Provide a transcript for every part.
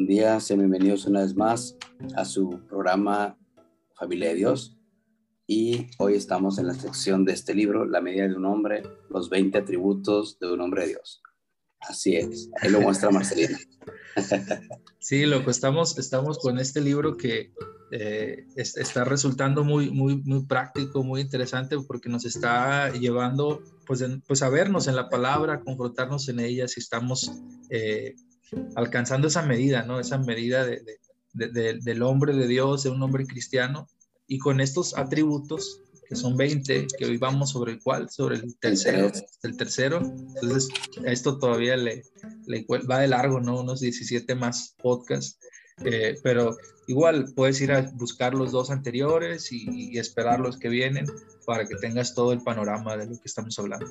Buen día, sean bienvenidos una vez más a su programa Familia de Dios. Y hoy estamos en la sección de este libro, La medida de un hombre, los 20 atributos de un hombre de Dios. Así es, ahí lo muestra Marcelino. Sí, loco, estamos con este libro que está resultando muy práctico, muy interesante, porque nos está llevando pues a vernos en la palabra, a confrontarnos en ella, si estamos alcanzando esa medida, ¿no? Esa medida del hombre de Dios, de un hombre cristiano, y con estos atributos, que son 20, que hoy vamos sobre el cual, sobre el tercero. Entonces, esto todavía le va de largo, ¿no? Unos 17 más podcasts, pero igual puedes ir a buscar los dos anteriores y esperar los que vienen para que tengas todo el panorama de lo que estamos hablando.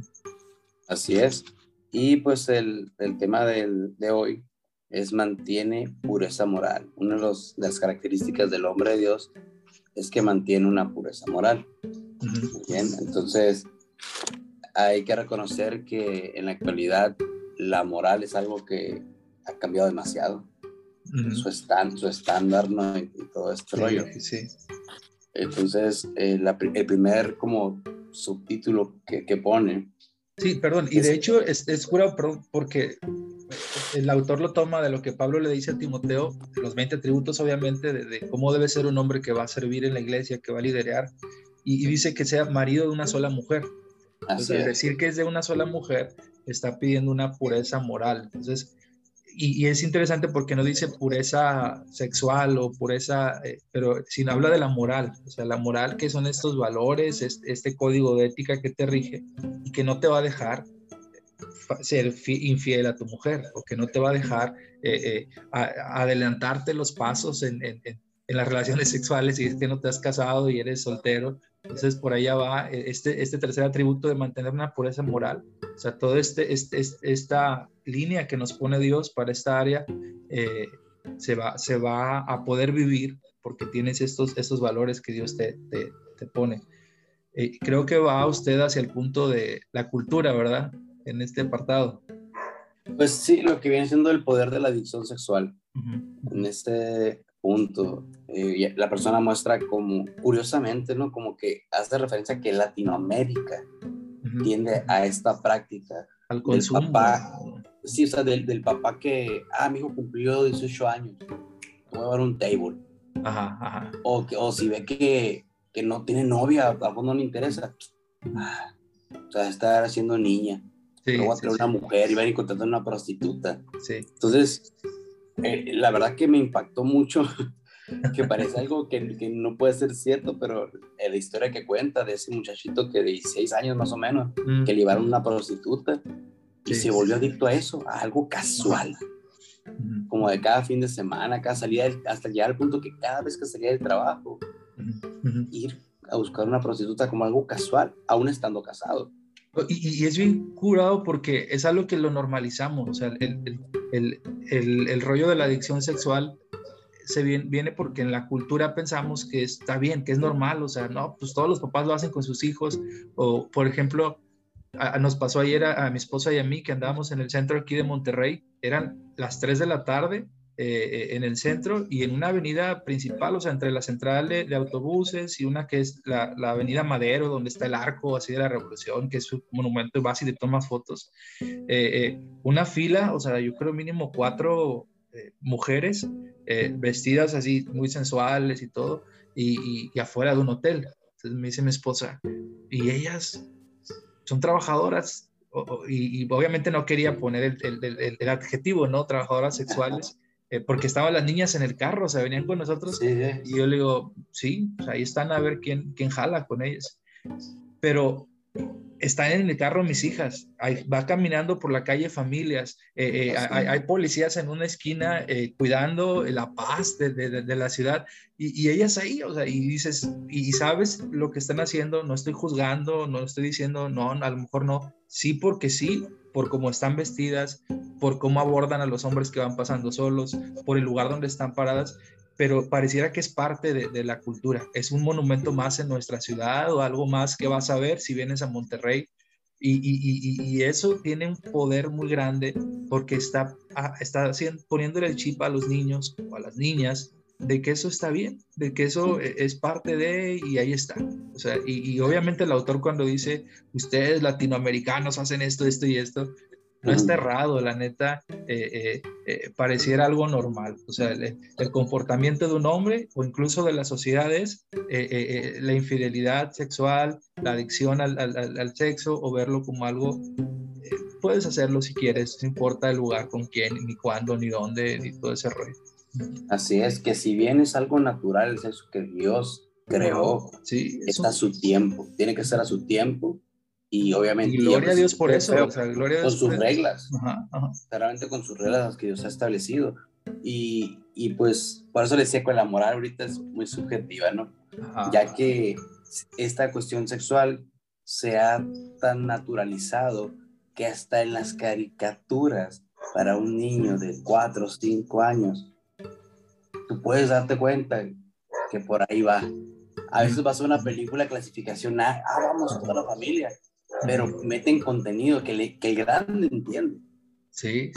Así es. Y pues el tema de hoy es mantiene pureza moral. Una de las características del hombre de Dios es que mantiene una pureza moral. Muy bien, entonces hay que reconocer que en la actualidad la moral es algo que ha cambiado demasiado. Su estándar, ¿no? Y todo este rollo. Sí. Entonces, el primer como subtítulo que pone. Sí, perdón, y de hecho es curado, porque el autor lo toma de lo que Pablo le dice a Timoteo, los 20 atributos obviamente, de cómo debe ser un hombre que va a servir en la iglesia, que va a liderar, y dice que sea marido de una sola mujer. Entonces, al decir que es de una sola mujer, está pidiendo una pureza moral. Entonces, y es interesante porque no dice pureza sexual o pureza, pero sino habla de la moral, o sea, la moral, que son estos valores, este código de ética que te rige y que no te va a dejar ser infiel a tu mujer, o que no te va a dejar adelantarte los pasos en las relaciones sexuales si es que no te has casado y eres soltero. Entonces por allá va este tercer atributo de mantener una pureza moral. O sea, toda esta línea que nos pone Dios para esta área se va a poder vivir porque tienes estos valores que Dios te pone. Creo que va usted hacia el punto de la cultura, ¿verdad? En este apartado. Pues sí, lo que viene siendo el poder de la adicción sexual. En este punto, la persona muestra como, curiosamente, ¿no? Como que hace referencia a que Latinoamérica tiende a esta práctica. Al consumo. Del papá, sí, o sea, del papá que, mi hijo cumplió 18 años, te voy a dar un table. Ajá. O si ve que no tiene novia, a fondo no le interesa. O sea, está haciendo niña. Sí, pero voy a tener una mujer y van a encontrar una prostituta. Sí. Entonces, la verdad que me impactó mucho, que parece algo que no puede ser cierto, pero la historia que cuenta de ese muchachito que de 16 años más o menos, que le llevaron una prostituta y se volvió adicto a eso, a algo casual. Como de cada fin de semana, cada salida, hasta llegar al punto que cada vez que salía del trabajo, ir a buscar una prostituta como algo casual, aún estando casado. Y es bien curado porque es algo que lo normalizamos. O sea, el rollo de la adicción sexual viene porque en la cultura pensamos que está bien, que es normal. O sea, no, pues todos los papás lo hacen con sus hijos. O, por ejemplo, nos pasó ayer a mi esposa y a mí que andábamos en el centro aquí de Monterrey. Eran las 3 de la tarde en el centro y en una avenida principal, o sea, entre la central de autobuses y una que es la avenida Madero, donde está el arco así de la Revolución, que es un monumento base y te tomas fotos. Una fila, o sea, yo creo mínimo 4 mujeres vestidas así muy sensuales y todo, y afuera de un hotel. Entonces me dice mi esposa, y ellas son trabajadoras, y obviamente no quería poner el adjetivo, ¿no? Trabajadoras sexuales, porque estaban las niñas en el carro, o sea, venían con nosotros, sí. Y yo le digo, sí, pues ahí están a ver quién jala con ellas. Pero están en el carro mis hijas, va caminando por la calle familias, hay policías en una esquina cuidando la paz de la ciudad, y ellas ahí, o sea, y dices, y sabes lo que están haciendo, no estoy juzgando, no estoy diciendo, no, a lo mejor no, sí porque sí, por cómo están vestidas, por cómo abordan a los hombres que van pasando solos, por el lugar donde están paradas, pero pareciera que es parte de la cultura, es un monumento más en nuestra ciudad o algo más que vas a ver si vienes a Monterrey Y eso tiene un poder muy grande porque está poniéndole el chip a los niños o a las niñas de que eso está bien, de que eso es parte de, y ahí está. O sea, y obviamente el autor cuando dice, ustedes latinoamericanos hacen esto, esto y esto, no está errado, la neta, pareciera algo normal. O sea, el comportamiento de un hombre o incluso de las sociedades, la infidelidad sexual, la adicción al sexo, o verlo como algo, puedes hacerlo si quieres, no importa el lugar, con quién, ni cuándo, ni dónde, ni todo ese rollo. Así es, que si bien es algo natural el sexo que Dios creó, sí, está a su tiempo, tiene que ser a su tiempo, y obviamente... Y gloria a Dios por es eso, feo, o sea, gloria a con Dios sus por reglas, ajá, ajá. claramente con sus reglas que Dios ha establecido. Y pues por eso les decía que la moral ahorita es muy subjetiva, ¿no? Ajá. Ya que esta cuestión sexual se ha tan naturalizado que hasta en las caricaturas para un niño de 4 o 5 años, tú puedes darte cuenta que por ahí va. A veces vas a una película clasificación A, vamos toda la familia, pero meten contenido que el grande entiende. Sí.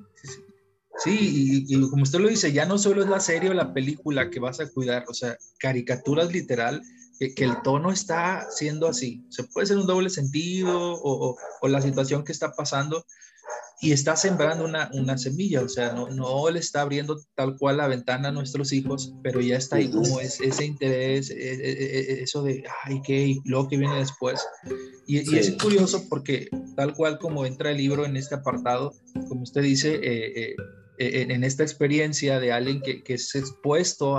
Sí, y como usted lo dice, ya no solo es la serie o la película que vas a cuidar, o sea, caricaturas literal, que el tono está siendo así. O sea, puede ser un doble sentido o la situación que está pasando, y está sembrando una semilla. O sea, no le está abriendo tal cual la ventana a nuestros hijos, pero ya está ahí como ese interés, eso de, ay, ¿qué? Y luego que viene después. Y es curioso porque tal cual como entra el libro en este apartado, como usted dice, en esta experiencia de alguien que es expuesto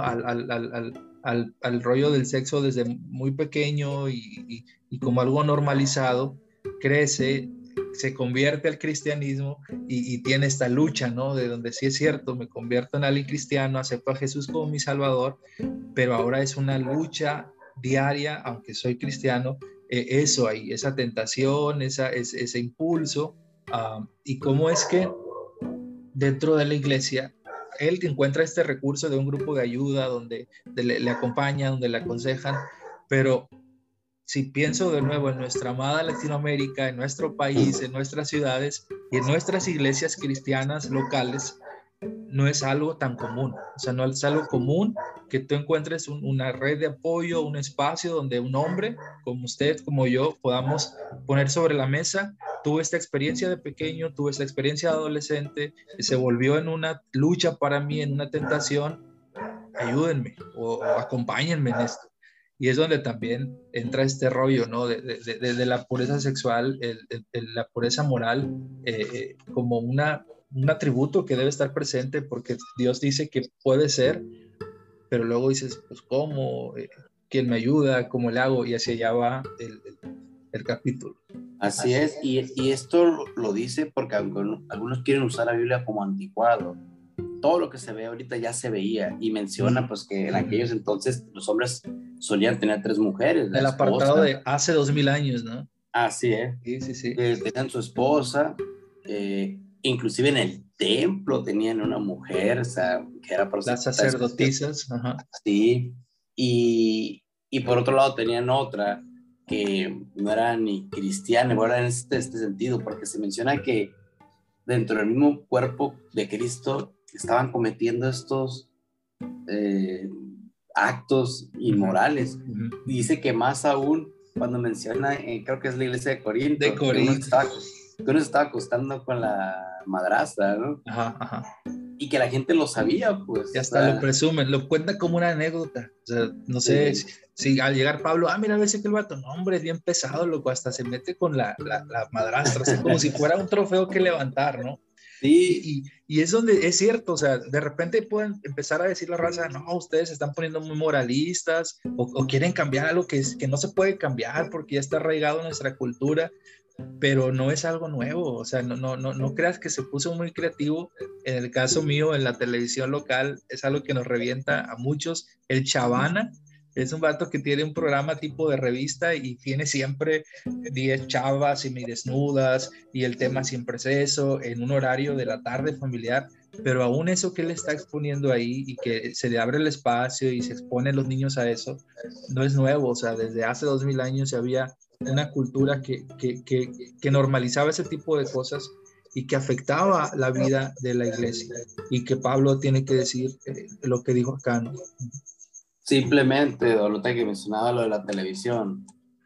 al rollo del sexo desde muy pequeño y como algo normalizado, crece, se convierte al cristianismo y tiene esta lucha, ¿no? De donde sí es cierto, me convierto en alguien cristiano, acepto a Jesús como mi Salvador, pero ahora es una lucha diaria, aunque soy cristiano, eso ahí, esa tentación, ese impulso, y cómo es que dentro de la iglesia él encuentra este recurso de un grupo de ayuda donde le acompañan, donde le aconsejan, pero si pienso de nuevo en nuestra amada Latinoamérica, en nuestro país, en nuestras ciudades y en nuestras iglesias cristianas locales, no es algo tan común. O sea, no es algo común que tú encuentres una red de apoyo, un espacio donde un hombre como usted, como yo, podamos poner sobre la mesa: tuve esta experiencia de pequeño, tuve esta experiencia de adolescente, se volvió en una lucha para mí, en una tentación, ayúdenme o acompáñenme en esto. Y es donde también entra este rollo, ¿no? De la pureza sexual, la pureza moral, como un atributo que debe estar presente, porque Dios dice que puede ser, pero luego dices, pues, ¿cómo? ¿Quién me ayuda? ¿Cómo le hago? Y hacia allá va el capítulo. Así es, y esto lo dice porque algunos quieren usar la Biblia como anticuado. Todo lo que se ve ahorita ya se veía, y menciona pues que en aquellos entonces los hombres solían tener 3 mujeres, la El esposa. apartado de hace 2000 años, ¿no? Así es. Sí. Tenían su esposa, inclusive en el templo tenían una mujer, o sea, que era prostituta. Las sacerdotisas, ajá. Sí, y por otro lado tenían otra que no era ni cristiana, bueno, en este sentido, porque se menciona que dentro del mismo cuerpo de Cristo estaban cometiendo estos actos inmorales. Dice que más aún cuando menciona, creo que es la iglesia de Corinto, que uno se estaba acostando con la madrastra, ¿no? Ajá. Y que la gente lo sabía, pues. Y hasta lo presumen, lo cuentan como una anécdota. O sea, no sé si al llegar Pablo, mira, a veces que el vato, no, hombre, es bien pesado, loco, hasta se mete con la madrastra, así como si fuera un trofeo que levantar, ¿no? Sí. Y es donde es cierto, o sea, de repente pueden empezar a decir la raza, no, ustedes se están poniendo muy moralistas o quieren cambiar algo que no se puede cambiar porque ya está arraigado en nuestra cultura, pero no es algo nuevo. O sea, no creas que se puso muy creativo. En el caso mío, en la televisión local, es algo que nos revienta a muchos. El Chavana es un vato que tiene un programa tipo de revista y tiene siempre 10 chavas semidesnudas y el tema siempre es eso, en un horario de la tarde familiar. Pero aún eso que él está exponiendo ahí y que se le abre el espacio y se exponen los niños a eso, no es nuevo. O sea, desde hace 2000 años se había una cultura que normalizaba ese tipo de cosas y que afectaba la vida de la iglesia, y que Pablo tiene que decir lo que dijo acá, ¿no? Simplemente, ahorita que mencionaba lo de la televisión,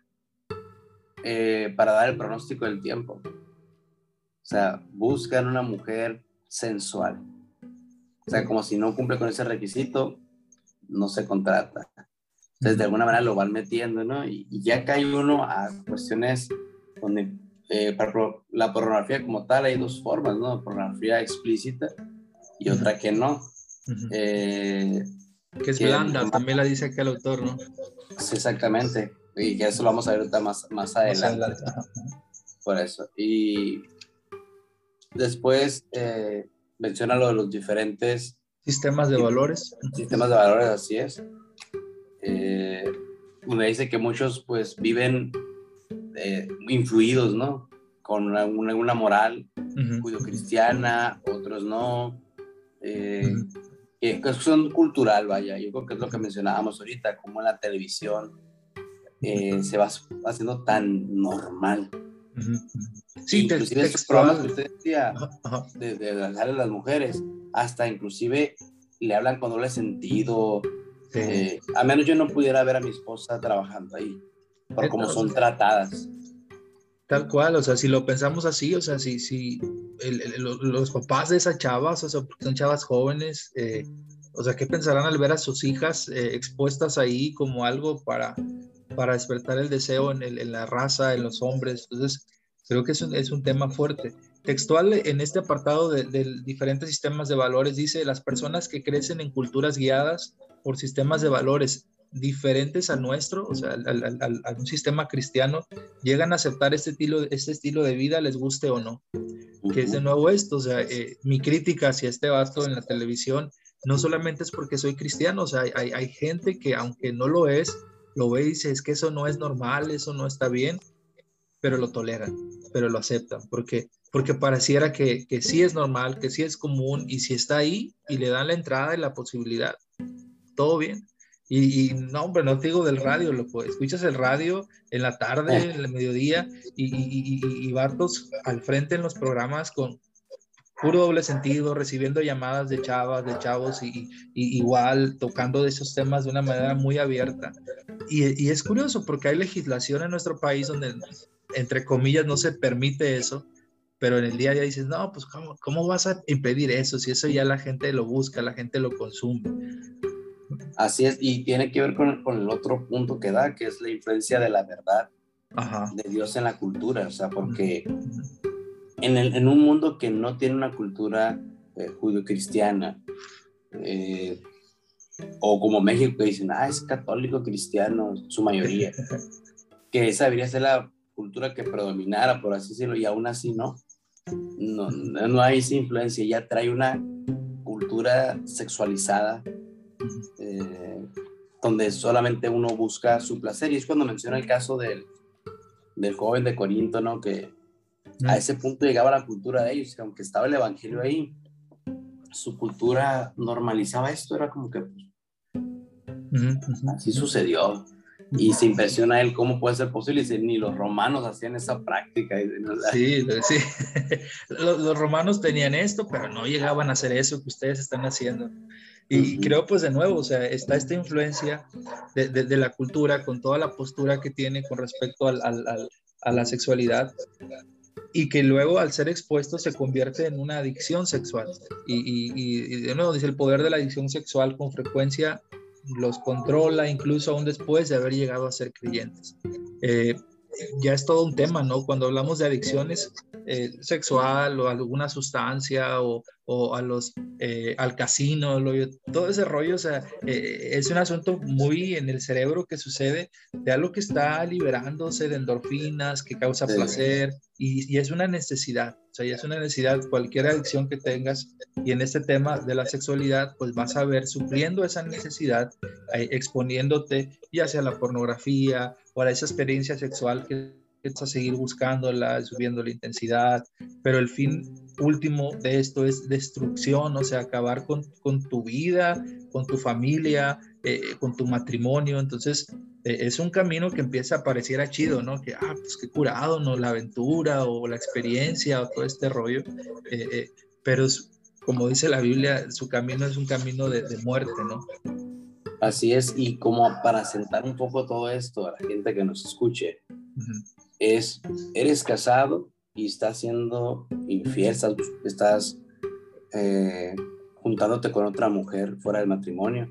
para dar el pronóstico del tiempo. O sea, buscan una mujer sensual. O sea, como si no cumple con ese requisito, no se contrata. Entonces, de alguna manera lo van metiendo, ¿no? Y ya cae uno a cuestiones donde la pornografía como tal hay dos formas, ¿no? Pornografía explícita y otra que no. Que es blanda, también la dice acá el autor, ¿no? Sí, exactamente. Y que eso lo vamos a ver ahorita más adelante. Por eso. Y después menciona lo de los diferentes sistemas de valores. Sistemas de valores, así es. Me dice que muchos pues viven influidos, ¿no? Con una moral judio-cristiana, otros no. Que son cultural, vaya. Yo creo que es lo que mencionábamos ahorita, como en la televisión se va haciendo tan normal. Sí, inclusive esos programas que usted decía de hablar a las mujeres, hasta inclusive le hablan con doble sentido. Sí. A menos yo no pudiera ver a mi esposa trabajando ahí, por cómo son tratadas. Tal cual, o sea, si lo pensamos así, o sea, si los papás de esas chavas, o sea, porque son chavas jóvenes, o sea, ¿qué pensarán al ver a sus hijas expuestas ahí como algo para despertar el deseo en la raza, en los hombres? Entonces, creo que es un tema fuerte. Textual, en este apartado de diferentes sistemas de valores, dice: las personas que crecen en culturas guiadas por sistemas de valores diferentes al nuestro, o sea, al un sistema cristiano, llegan a aceptar este estilo de vida, les guste o no. Que es de nuevo esto, o sea, mi crítica hacia este vato en la televisión no solamente es porque soy cristiano, o sea, hay gente que aunque no lo es, lo ve y dice: es que eso no es normal, eso no está bien, pero lo toleran, pero lo aceptan, porque pareciera que sí es normal, que sí es común, y si está ahí y le dan la entrada y la posibilidad, todo bien. Y no, hombre, no te digo del radio, loco. Escuchas el radio en la tarde, en el mediodía, y vatos al frente en los programas con puro doble sentido, recibiendo llamadas de chavas, de chavos, y igual tocando de esos temas de una manera muy abierta. Y es curioso porque hay legislación en nuestro país donde, entre comillas, no se permite eso, pero en el día a día dices: no, pues ¿cómo vas a impedir eso? Si eso ya la gente lo busca, la gente lo consume. Así es, y tiene que ver con el otro punto que da, que es la influencia de la verdad de Dios en la cultura. O sea, porque en un mundo que no tiene una cultura judio-cristiana, o como México, que dicen: es católico cristiano, su mayoría, que esa debería ser la cultura que predominara, por así decirlo, y aún así no hay esa influencia, ya trae una cultura sexualizada, donde solamente uno busca su placer. Y es cuando menciona el caso del joven de Corinto, ¿no? Que a ese punto llegaba la cultura de ellos, que aunque estaba el evangelio ahí, su cultura normalizaba esto, era como que así sucedió. Y se impresiona él cómo puede ser posible, y dice: ni los romanos hacían esa práctica. Sí. Los romanos tenían esto, pero no llegaban a hacer eso que ustedes están haciendo. Y creo, pues, de nuevo, o sea, está esta influencia de la cultura con toda la postura que tiene con respecto a la sexualidad, y que luego, al ser expuesto, se convierte en una adicción sexual. Y de nuevo dice: el poder de la adicción sexual con frecuencia los controla, incluso aún después de haber llegado a ser creyentes. Ya es todo un tema, ¿no? Cuando hablamos de adicciones sexual o alguna sustancia o al casino, todo ese rollo, o sea, es un asunto muy en el cerebro que sucede, de algo que está liberándose de endorfinas, que causa placer, y es una necesidad, o sea, ya es una necesidad cualquier adicción que tengas. Y en este tema de la sexualidad, pues vas a ver supliendo esa necesidad, exponiéndote ya sea a la pornografía o a esa experiencia sexual que vas a seguir buscándola, subiendo la intensidad, pero el fin último de esto es destrucción, o sea, acabar con tu vida, con tu familia, con tu matrimonio. Entonces, Es un camino que empieza a pareciera chido, ¿no? Que, pues qué curado, ¿no? La aventura o la experiencia o todo este rollo. Pero como dice la Biblia, su camino es un camino de muerte, ¿no? Así es, y como para sentar un poco todo esto a la gente que nos escuche, eres casado y estás siendo infiel, estás juntándote con otra mujer fuera del matrimonio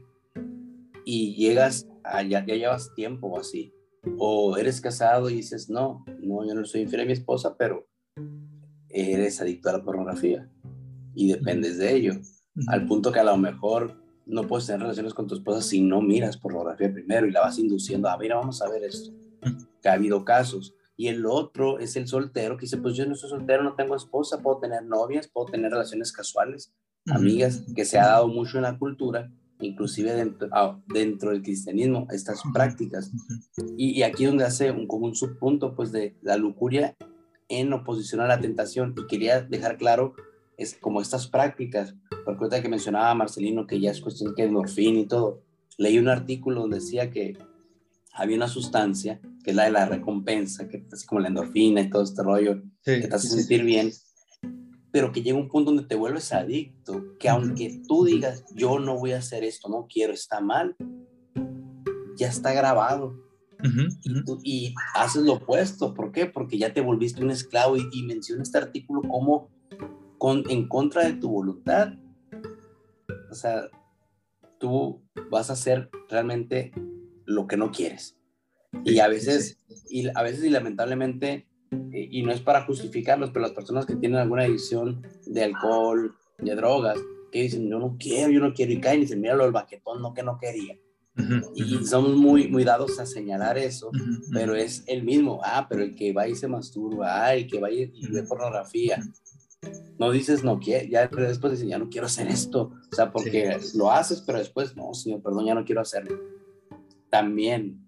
y llegas ya llevas tiempo así, o eres casado y dices, no, yo no soy infiel a mi esposa, pero eres adicto a la pornografía y dependes de ello, al punto que a lo mejor no puedes tener relaciones con tu esposa si no miras pornografía primero y la vas induciendo a, mira, vamos a ver esto, que ha habido casos. Y el otro es el soltero que dice, pues yo no soy soltero, no tengo esposa, puedo tener novias, puedo tener relaciones casuales, amigas, que se ha dado mucho en la cultura, inclusive dentro del cristianismo, estas prácticas. Y aquí es donde hace como un subpunto pues de la lujuria en oposición a la tentación. Y quería dejar claro, es como estas prácticas, porque ahorita que mencionaba a Marcelino que ya es cuestión que endorfina y todo, leí un artículo donde decía que había una sustancia que es la de la recompensa, que es así como la endorfina y todo este rollo, que te hace sentir bien, pero que llega un punto donde te vuelves adicto, que aunque tú digas, yo no voy a hacer esto, no quiero, está mal, ya está grabado. Y haces lo opuesto. ¿Por qué? Porque ya te volviste un esclavo y menciona este artículo como en contra de tu voluntad. O sea, tú vas a hacer realmente lo que no quieres. Y a veces, y lamentablemente, y no es para justificarlos, pero las personas que tienen alguna adicción de alcohol, de drogas, que dicen, yo no quiero, y caen y dicen, míralo, el baquetón, no, que no quería. Y somos muy, muy dados a señalar eso, pero es el mismo, pero el que va y se masturba, el que va y ve pornografía, no dices no quiero, ya después dices ya no quiero hacer esto, o sea, porque lo haces, pero después, no, señor, perdón, ya no quiero hacerlo. También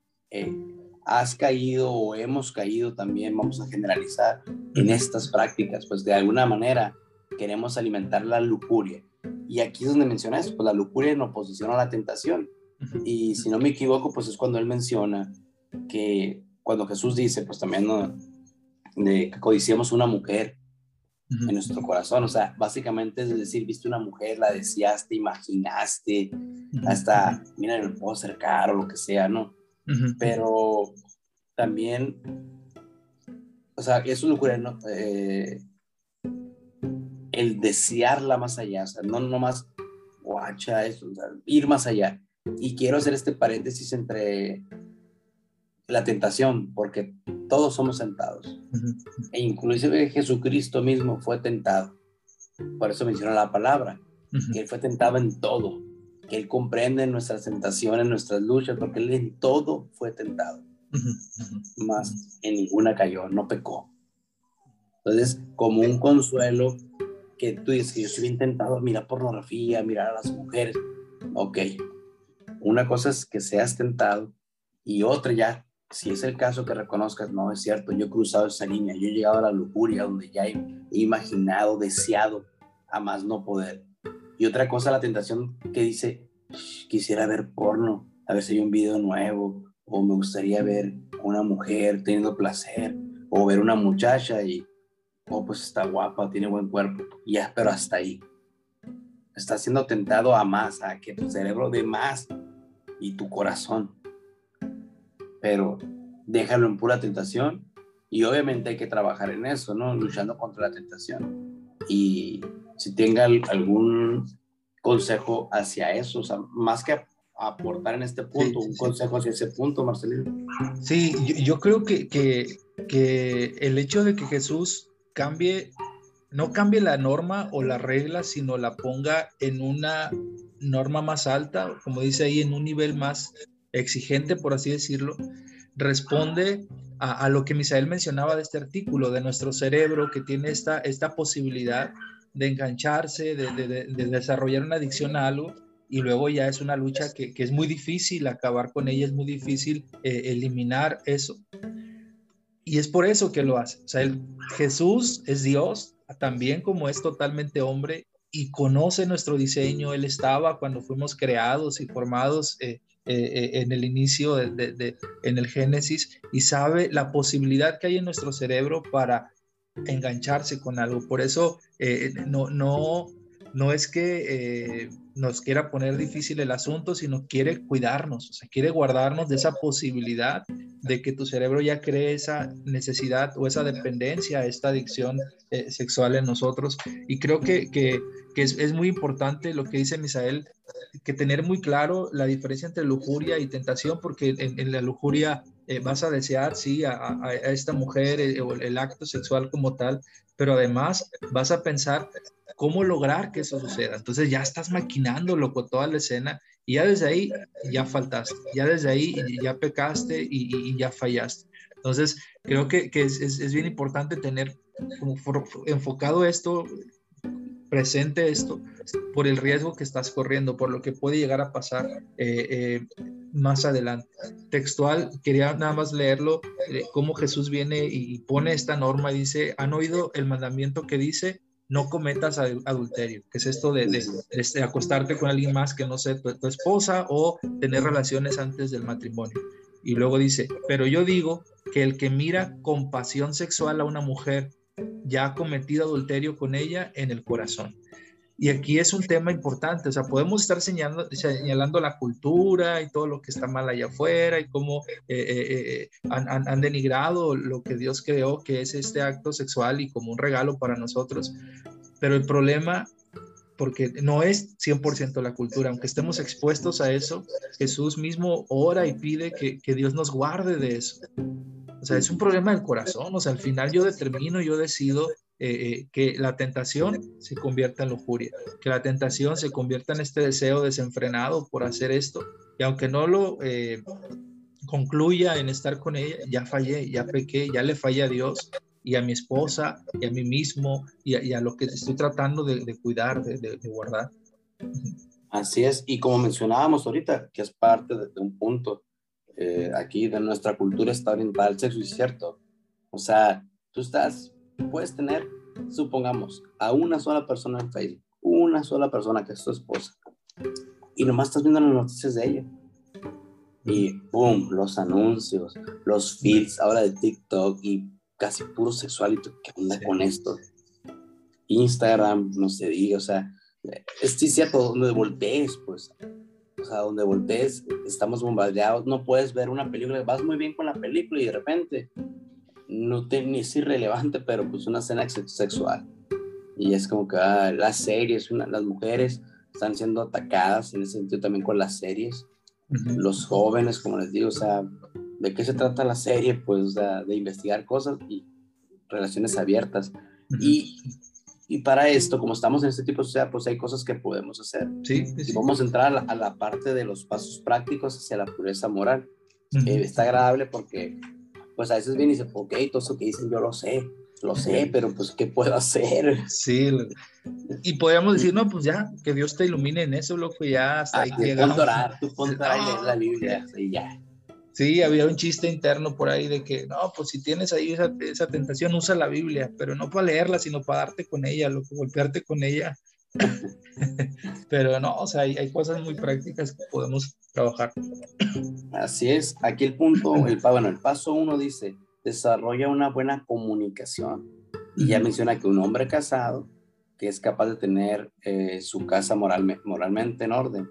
has caído o hemos caído también, vamos a generalizar, en estas prácticas, pues de alguna manera queremos alimentar la lujuria. Y aquí es donde menciona eso, pues la lujuria en oposición a la tentación. Y si no me equivoco, pues es cuando él menciona que cuando Jesús dice, pues también, ¿no?, de que codiciamos una mujer en nuestro corazón, o sea, básicamente es decir, viste una mujer, la deseaste, imaginaste, hasta, mira, me puedo acercar o lo que sea, ¿no? Pero también, o sea, eso es locura, ¿no? El desearla más allá, o sea, no nomás guacha eso, o sea, ir más allá. Y quiero hacer este paréntesis entre la tentación, porque todos somos tentados. E inclusive Jesucristo mismo fue tentado. Por eso menciona la palabra, que Él fue tentado en todo, que Él comprende nuestras tentaciones, nuestras luchas, porque Él en todo fue tentado. Más en ninguna cayó, no pecó. Entonces, como un consuelo, que tú dices que yo soy bien tentado, mirar pornografía, mirar a las mujeres. Ok, una cosa es que seas tentado y otra ya, si es el caso que reconozcas, no, es cierto, yo he cruzado esa línea, yo he llegado a la lujuria donde ya he imaginado, deseado a más no poder. Y otra cosa, la tentación que dice, quisiera ver porno, a ver si hay un video nuevo, o me gustaría ver una mujer teniendo placer, o ver una muchacha y, pues está guapa, tiene buen cuerpo, ya, pero hasta ahí. Estás siendo tentado a más, a que tu cerebro dé más y tu corazón, pero déjalo en pura tentación y obviamente hay que trabajar en eso, ¿no? Luchando contra la tentación. Y si tenga algún consejo hacia eso, o sea, más que aportar en este punto, un consejo hacia ese punto, Marcelino. Sí, yo creo que el hecho de que Jesús no cambie la norma o la regla, sino la ponga en una norma más alta, como dice ahí, en un nivel más exigente, por así decirlo, responde a lo que Misael mencionaba de este artículo, de nuestro cerebro que tiene esta posibilidad de engancharse, de desarrollar una adicción a algo, y luego ya es una lucha que es muy difícil acabar con ella, es muy difícil eliminar eso. Y es por eso que lo hace. O sea, Jesús es Dios, también como es totalmente hombre, y conoce nuestro diseño. Él estaba cuando fuimos creados y formados en el inicio, en el Génesis, y sabe la posibilidad que hay en nuestro cerebro para engancharse con algo. Por eso no es que nos quiera poner difícil el asunto, sino quiere cuidarnos, o sea, quiere guardarnos de esa posibilidad de que tu cerebro ya cree esa necesidad o esa dependencia, esta adicción sexual en nosotros. Y creo que es muy importante lo que dice Misael, que tener muy claro la diferencia entre lujuria y tentación, porque en la lujuria vas a desear, sí, a esta mujer o el acto sexual como tal, pero además vas a pensar cómo lograr que eso suceda. Entonces ya estás maquinándolo con toda la escena y ya desde ahí ya faltaste, ya desde ahí ya pecaste y ya fallaste. Entonces creo que es bien importante tener como enfocado esto, presente esto, por el riesgo que estás corriendo, por lo que puede llegar a pasar más adelante. Textual, quería nada más leerlo, cómo Jesús viene y pone esta norma y dice, ¿han oído el mandamiento que dice, no cometas adulterio? Que es esto de acostarte con alguien más que no sea tu esposa o tener relaciones antes del matrimonio. Y luego dice, pero yo digo que el que mira con pasión sexual a una mujer ya ha cometido adulterio con ella en el corazón. Y aquí es un tema importante, o sea, podemos estar señalando la cultura y todo lo que está mal allá afuera y cómo han denigrado lo que Dios creó, que es este acto sexual y como un regalo para nosotros. Pero el problema, porque no es 100% la cultura, aunque estemos expuestos a eso, Jesús mismo ora y pide que Dios nos guarde de eso. O sea, es un problema del corazón. O sea, al final yo decido que la tentación se convierta en lujuria, que la tentación se convierta en este deseo desenfrenado por hacer esto. Y aunque no lo concluya en estar con ella, ya fallé, ya pequé, ya le fallé a Dios y a mi esposa y a mí mismo y a lo que estoy tratando de cuidar, de guardar. Así es, y como mencionábamos ahorita, que es parte de un punto aquí de nuestra cultura está orientada al sexo, y es cierto. O sea, puedes tener, supongamos, a una sola persona en Facebook, una sola persona que es tu esposa, y nomás estás viendo las noticias de ella. Y boom, los anuncios, los feeds ahora de TikTok y casi puro sexual. ¿Y tú qué onda con esto? Instagram, no se diga, o sea, es cierto, donde voltees, pues, o sea, donde voltees, estamos bombardeados, no puedes ver una película, vas muy bien con la película y de repente, ni es irrelevante, pero pues una escena sexual. Y es como que las series, las mujeres están siendo atacadas en ese sentido también con las series. Los jóvenes, como les digo, o sea, ¿de qué se trata la serie? Pues, o sea, de investigar cosas y relaciones abiertas. Y para esto, como estamos en este tipo de sociedad, pues hay cosas que podemos hacer. Sí. Y vamos a entrar a la parte de los pasos prácticos hacia la pureza moral. Está agradable porque, pues a veces viene y dice, ok, todo eso que dicen yo lo sé, pero pues, ¿qué puedo hacer? Sí, y podríamos decir, no, pues ya, que Dios te ilumine en eso, loco, ya hasta ahí llegamos. Tú ponte a orar y leer la Biblia, y ya. Sí, había un chiste interno por ahí de que, no, pues si tienes ahí esa tentación, usa la Biblia, pero no para leerla, sino para darte con ella, loco, golpearte con ella. Pero no, o sea, hay cosas muy prácticas que podemos trabajar. Así es, aquí el punto, el paso 1 dice, desarrolla una buena comunicación. Y ya menciona que un hombre casado que es capaz de tener su casa moralmente en orden,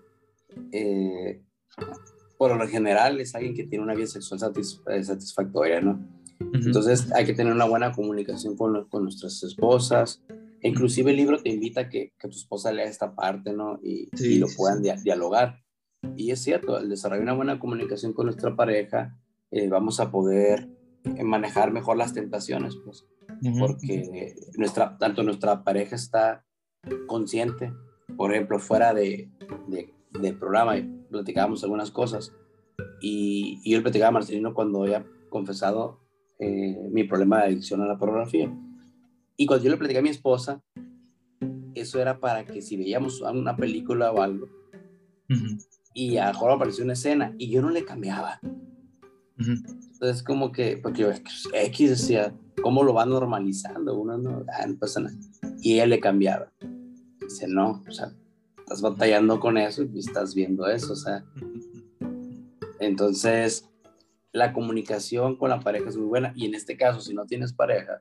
por lo general es alguien que tiene una vida sexual satisfactoria, ¿no? Entonces hay que tener una buena comunicación con nuestras esposas. Inclusive el libro te invita a que tu esposa lea esta parte, ¿no? Y lo puedan dialogar. Y es cierto, al desarrollar una buena comunicación con nuestra pareja, vamos a poder manejar mejor las tentaciones, pues, porque tanto nuestra pareja está consciente. Por ejemplo, fuera del programa platicábamos algunas cosas y yo le platicaba a Marcelino cuando había confesado mi problema de adicción a la pornografía. Y cuando yo le platicé a mi esposa, eso era para que si veíamos una película o algo, y a lo mejor apareció una escena y yo no le cambiaba. Entonces como que, porque yo X decía, ¿cómo lo va normalizando? Uno no pasa nada. Y ella le cambiaba. Dice, no, o sea, estás batallando con eso y estás viendo eso, o sea. Entonces, la comunicación con la pareja es muy buena, y en este caso, si no tienes pareja,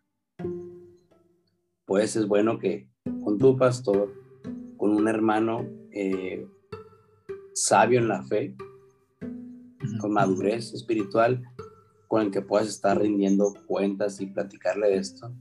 pues es bueno que con tu pastor, con un hermano sabio en la fe, con madurez espiritual, con el que puedas estar rindiendo cuentas y platicarle de esto.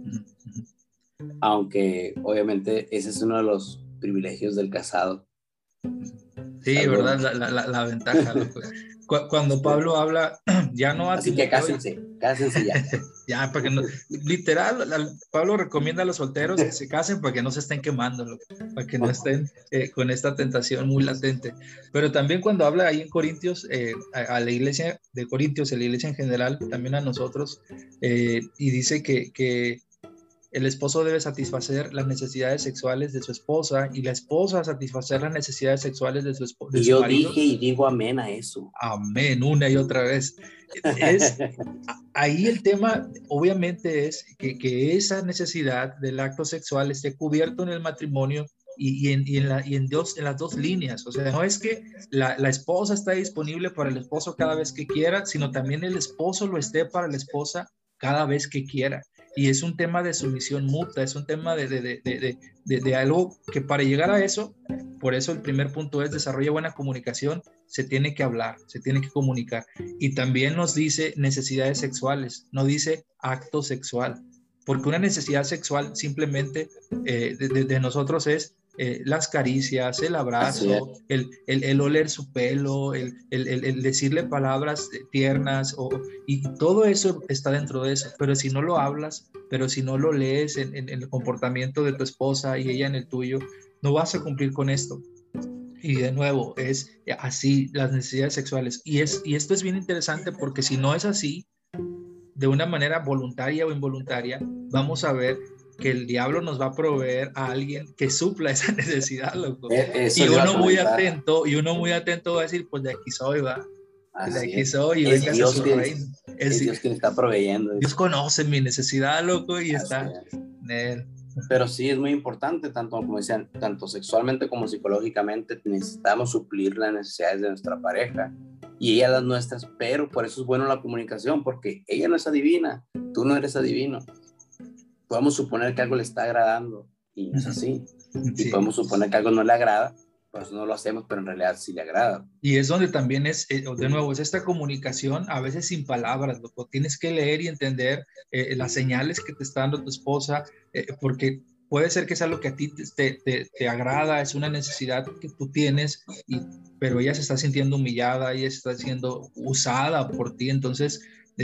Aunque obviamente ese es uno de los privilegios del casado. Sí, algo... ¿verdad? La ventaja. Cuando Pablo habla, ya no a así Timoteo, que cásense ya. Ya, porque no, literal, Pablo recomienda a los solteros que se casen para que no se estén quemando, para que no estén con esta tentación muy latente. Pero también cuando habla ahí en Corintios, a la iglesia de Corintios, a la iglesia en general, también a nosotros, y dice que el esposo debe satisfacer las necesidades sexuales de su esposa y la esposa satisfacer las necesidades sexuales de su marido. Y yo dije y digo amén a eso. Amén, una y otra vez. Ahí el tema obviamente es que esa necesidad del acto sexual esté cubierto en el matrimonio en las dos líneas. O sea, no es que la esposa está disponible para el esposo cada vez que quiera, sino también el esposo lo esté para la esposa cada vez que quiera. Y es un tema de sumisión mutua, es un tema de algo que para llegar a eso, por eso el primer punto es desarrolla buena comunicación, se tiene que hablar, se tiene que comunicar. Y también nos dice necesidades sexuales, no dice acto sexual, porque una necesidad sexual simplemente de nosotros es las caricias, el abrazo, el oler su pelo, el decirle palabras tiernas, y todo eso está dentro de eso. Pero si no lo hablas, pero si no lo lees en el comportamiento de tu esposa y ella en el tuyo, no vas a cumplir con esto. Y de nuevo, es así las necesidades sexuales. Y esto es bien interesante porque si no es así, de una manera voluntaria o involuntaria, vamos a ver que el diablo nos va a proveer a alguien que supla esa necesidad, loco. Y uno muy atento va a decir, pues de aquí soy, va. Así de aquí soy y venga a su reino. Es Dios quien está proveyendo. Dios conoce mi necesidad, loco, y está en él. Pero sí es muy importante, tanto como decían, tanto sexualmente como psicológicamente, necesitamos suplir las necesidades de nuestra pareja y ella las nuestras, pero por eso es bueno la comunicación, porque ella no es adivina, tú no eres adivino. Podemos suponer que algo le está agradando y no es así. Sí. Y podemos suponer que algo no le agrada, pues no lo hacemos, pero en realidad sí le agrada. Y es donde también es, de nuevo, es esta comunicación, a veces sin palabras, loco. Tienes que leer y entender las señales que te está dando tu esposa, porque puede ser que es algo que a ti te agrada, es una necesidad que tú tienes, pero ella se está sintiendo humillada, ella se está siendo usada por ti, entonces,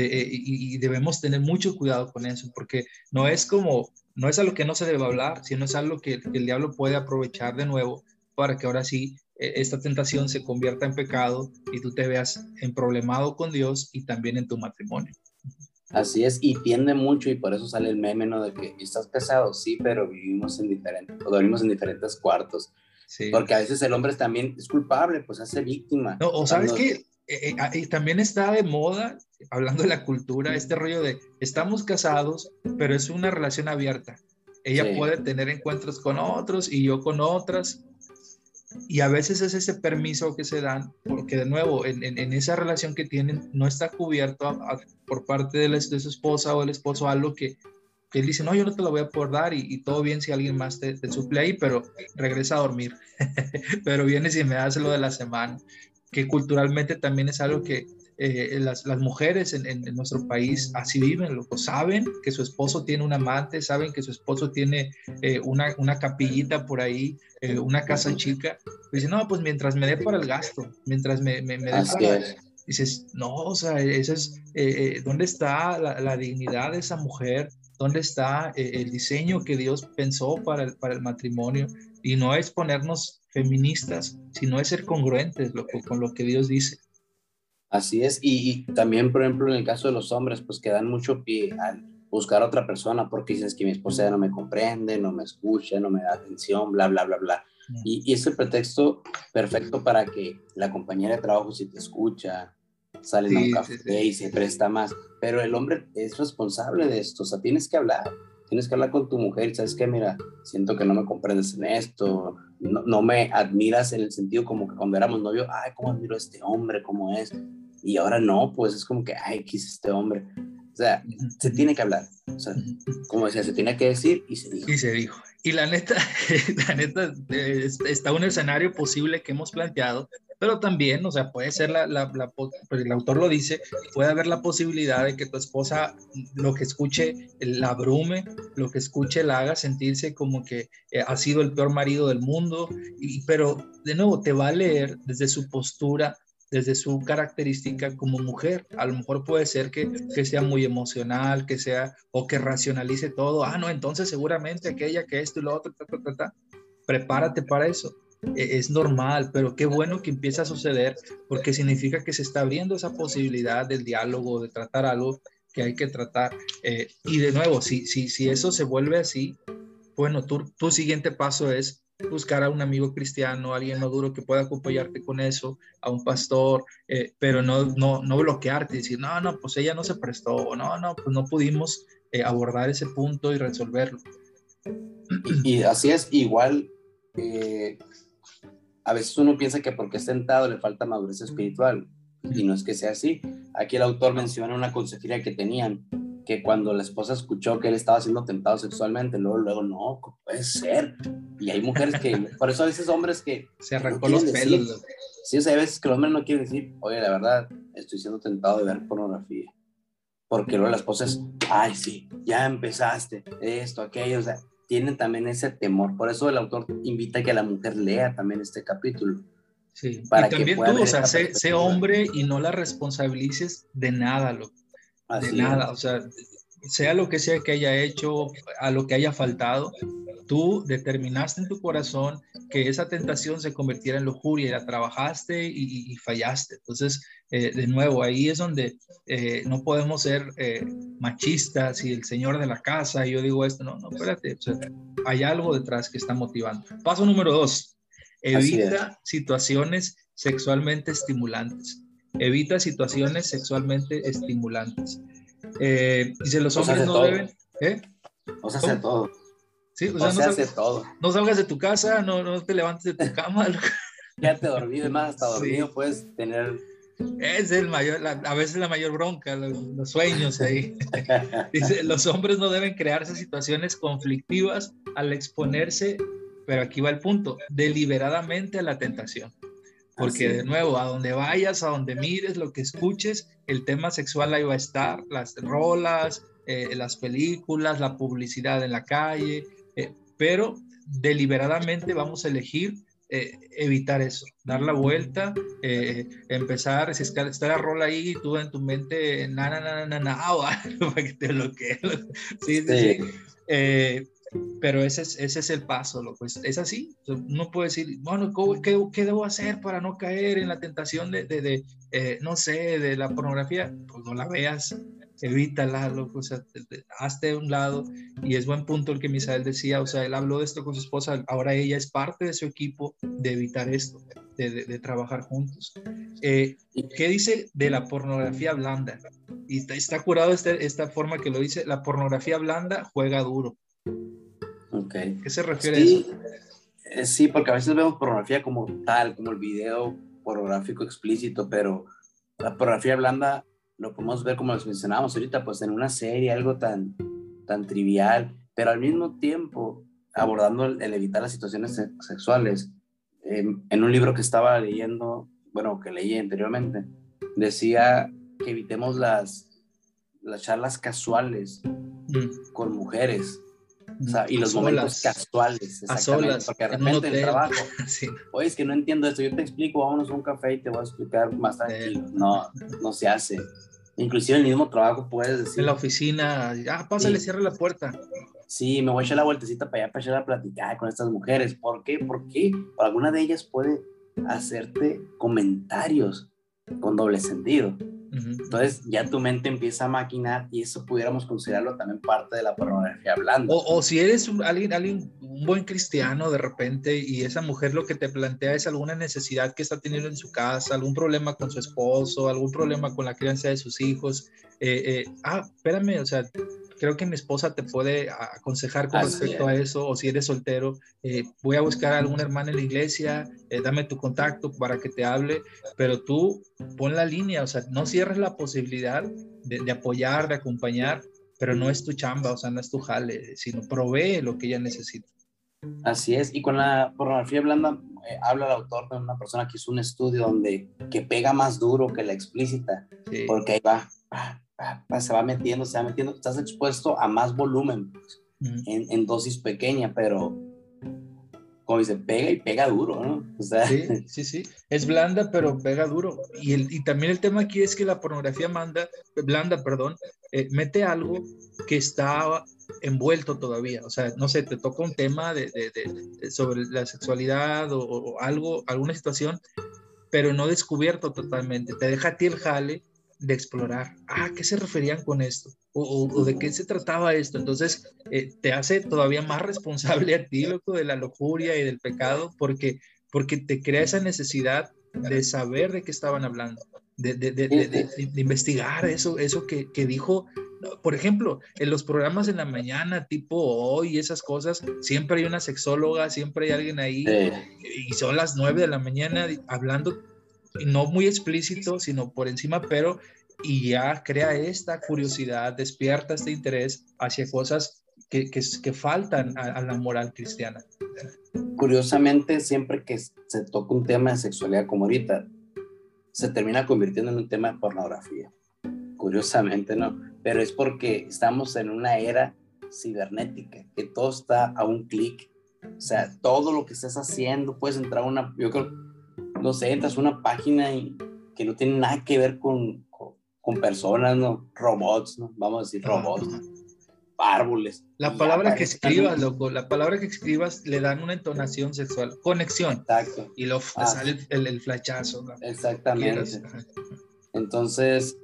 y debemos tener mucho cuidado con eso, porque no es algo que no se debe hablar, sino es algo que el diablo puede aprovechar de nuevo para que ahora sí esta tentación se convierta en pecado y tú te veas emproblemado con Dios y también en tu matrimonio. Así es, y tiende mucho, y por eso sale el meme, ¿no? De que estás casado, sí, pero dormimos en diferentes cuartos. Sí. Porque a veces el hombre también es culpable, pues hace víctima. No, o sabes que también está de moda, hablando de la cultura, este rollo de estamos casados, pero es una relación abierta. Ella puede tener encuentros con otros y yo con otras. Y a veces es ese permiso que se dan, porque de nuevo, en esa relación que tienen, no está cubierto por parte de su esposa o del esposo algo que él dice, no, yo no te lo voy a poder dar y todo bien si alguien más te suple ahí, pero regresa a dormir. Pero vienes y me das lo de la semana, que culturalmente también es algo que las mujeres en nuestro país así viven, loco. Saben que su esposo tiene un amante, saben que su esposo tiene una capillita por ahí, una casa chica. Dicen, no, pues mientras me dé para el gasto, mientras me dé para... Dices, no, o sea, eso es, ¿dónde está la dignidad de esa mujer? ¿Dónde está el diseño que Dios pensó para el matrimonio? Y no es ponernos feministas, sino es ser congruentes con lo que Dios dice. Así es, y también, por ejemplo, en el caso de los hombres, pues que dan mucho pie al buscar a otra persona porque dices que mi esposa ya no me comprende, no me escucha, no me da atención, bla, bla, bla, bla. Y es el pretexto perfecto para que la compañera de trabajo sí te escucha, salen a un café y se presta más. Pero el hombre es responsable de esto, o sea, tienes que hablar. tienes que hablar con tu mujer, ¿sabes qué? Mira, siento que no me comprendes en esto, no me admiras en el sentido como que cuando éramos novios, ay, cómo admiro a este hombre, cómo es, y ahora no, pues es como que, ay, ¿qué es este hombre? O sea, se tiene que hablar, o sea, como decía, se tiene que decir y se dijo. Y se dijo. Y la neta, está un escenario posible que hemos planteado, pero también, o sea, puede ser pues el autor lo dice, puede haber la posibilidad de que tu esposa lo que escuche la abrume, lo que escuche la haga sentirse como que ha sido el peor marido del mundo, pero de nuevo te va a leer desde su postura, desde su característica como mujer. A lo mejor puede ser que sea muy emocional, que sea, o que racionalice todo. Ah, no, entonces seguramente aquella que esto y lo otro, prepárate para eso. Es normal, pero qué bueno que empieza a suceder porque significa que se está abriendo esa posibilidad del diálogo, de tratar algo que hay que tratar. Y de nuevo, si eso se vuelve así, bueno, tu siguiente paso es buscar a un amigo cristiano, alguien maduro que pueda acompañarte con eso, a un pastor, pero no bloquearte y decir, no, pues ella no se prestó, no, pues no pudimos abordar ese punto y resolverlo. Y así es, igual, a veces uno piensa que porque es tentado le falta madurez espiritual, y no es que sea así. Aquí el autor menciona una consejería que tenían, que cuando la esposa escuchó que él estaba siendo tentado sexualmente, luego, no, puede ser. Y hay mujeres que, por eso a veces hombres que se arrancó no los decir, pelos. sí, o sea, hay veces que el hombre no quiere decir, oye, la verdad, estoy siendo tentado de ver pornografía. Porque luego la esposa es, ay, sí, ya empezaste, esto, aquello, o sea, tienen también ese temor. Por eso el autor invita a que la mujer lea también este capítulo. Sí, Para y también tú, o sea, sé hombre y no la responsabilices de nada, de nada, o sea, sea lo que sea que haya hecho, a lo que haya faltado, tú determinaste en tu corazón que esa tentación se convirtiera en lujuria y la trabajaste y fallaste. Entonces, de nuevo, ahí es donde no podemos ser machistas y el señor de la casa, y yo digo esto, no, espérate, o sea, hay algo detrás que está motivando. Paso número 2, evita situaciones sexualmente estimulantes. Evita situaciones sexualmente estimulantes. Dice, los hombres no deben... O sea, hace todo. Sí, o sea, no salgas de tu casa, no te levantes de tu cama. Quédate dormido, más hasta dormido puedes tener... Es el mayor, a veces la mayor bronca, los sueños ahí. Dice, los hombres no deben crearse situaciones conflictivas al exponerse, pero aquí va el punto, deliberadamente a la tentación. Porque de nuevo, a donde vayas, a donde mires, lo que escuches, el tema sexual ahí va a estar, las rolas, las películas, la publicidad en la calle, pero deliberadamente vamos a elegir evitar eso, dar la vuelta, empezar, si está la rola ahí, tú en tu mente, para que te bloquee. Sí. Pero ese es el paso, pues es así. Uno puede decir, bueno, ¿qué debo hacer para no caer en la tentación no sé, de la pornografía? Pues no la veas, evítala, loco, o sea, hazte de un lado. Y es buen punto el que Misael decía, o sea, él habló de esto con su esposa, ahora ella es parte de su equipo de evitar esto, de trabajar juntos. ¿Qué dice de la pornografía blanda? Y está curado esta forma que lo dice, la pornografía blanda juega duro. Okay. ¿Qué se refiere a eso? Sí, porque a veces vemos pornografía como tal, como el video pornográfico explícito, pero la pornografía blanda lo podemos ver como les mencionábamos ahorita, pues en una serie, algo tan trivial, pero al mismo tiempo abordando el evitar las situaciones sexuales. En un libro que estaba leyendo, bueno, que leí anteriormente, decía que evitemos las charlas casuales con mujeres. O sea, y los momentos casuales, exactamente, porque de repente en el trabajo, sí. Oye, es que no entiendo esto, yo te explico, vámonos a un café y te voy a explicar más tranquilo. No se hace. Inclusive en el mismo trabajo puedes decir... En la oficina, pásale, sí. Cierra la puerta. Sí, me voy a echar la vueltecita para allá, para echar a platicar con estas mujeres. ¿Por qué? Porque alguna de ellas puede hacerte comentarios con doble sentido. Entonces ya tu mente empieza a maquinar y eso pudiéramos considerarlo también parte de la pornografía blanda. O si eres alguien, un buen cristiano de repente y esa mujer lo que te plantea es alguna necesidad que está teniendo en su casa, algún problema con su esposo, algún problema con la crianza de sus hijos. Espérame, o sea, creo que mi esposa te puede aconsejar con respecto a eso, o si eres soltero, voy a buscar a alguna hermana en la iglesia, dame tu contacto para que te hable, pero tú pon la línea, o sea, no cierres la posibilidad de apoyar, de acompañar, pero no es tu chamba, o sea, no es tu jale, sino provee lo que ella necesita. Así es, y con la pornografía blanda habla el autor de una persona que hizo un estudio que pega más duro que la explícita, sí. Porque ahí se va metiendo, estás expuesto a más volumen, pues, en dosis pequeña, pero como dice, pega y pega duro, ¿no? O sea, sí, es blanda, pero pega duro. Y también el tema aquí es que la pornografía blanda, mete algo que está envuelto todavía. O sea, no sé, te toca un tema sobre la sexualidad o algo, alguna situación, pero no descubierto totalmente. Te deja a ti el jale de explorar, ¿qué se referían con esto? O de qué se trataba esto. Entonces, te hace todavía más responsable a ti, loco, de la lujuria y del pecado, porque te crea esa necesidad de saber de qué estaban hablando, de investigar eso que dijo. Por ejemplo, en los programas en la mañana, tipo Hoy, esas cosas, siempre hay una sexóloga, siempre hay alguien ahí, y son las 9 de la mañana hablando, no muy explícito, sino por encima, pero y ya crea esta curiosidad, despierta este interés hacia cosas que faltan a la moral cristiana. Curiosamente, siempre que se toca un tema de sexualidad como ahorita, se termina convirtiendo en un tema de pornografía. Curiosamente, ¿no? Pero es porque estamos en una era cibernética, que todo está a un clic. O sea, todo lo que estés haciendo, puedes entrar a yo creo, no sé, entras a una página que no tiene nada que ver con personas, ¿no? Robots, ¿no? Vamos a decir robots, ¿no? Árboles. La palabra que escribas, loco, la palabra que escribas le dan una entonación sexual, conexión. Exacto. Y luego sale el flachazo, ¿no? Exactamente. Entonces,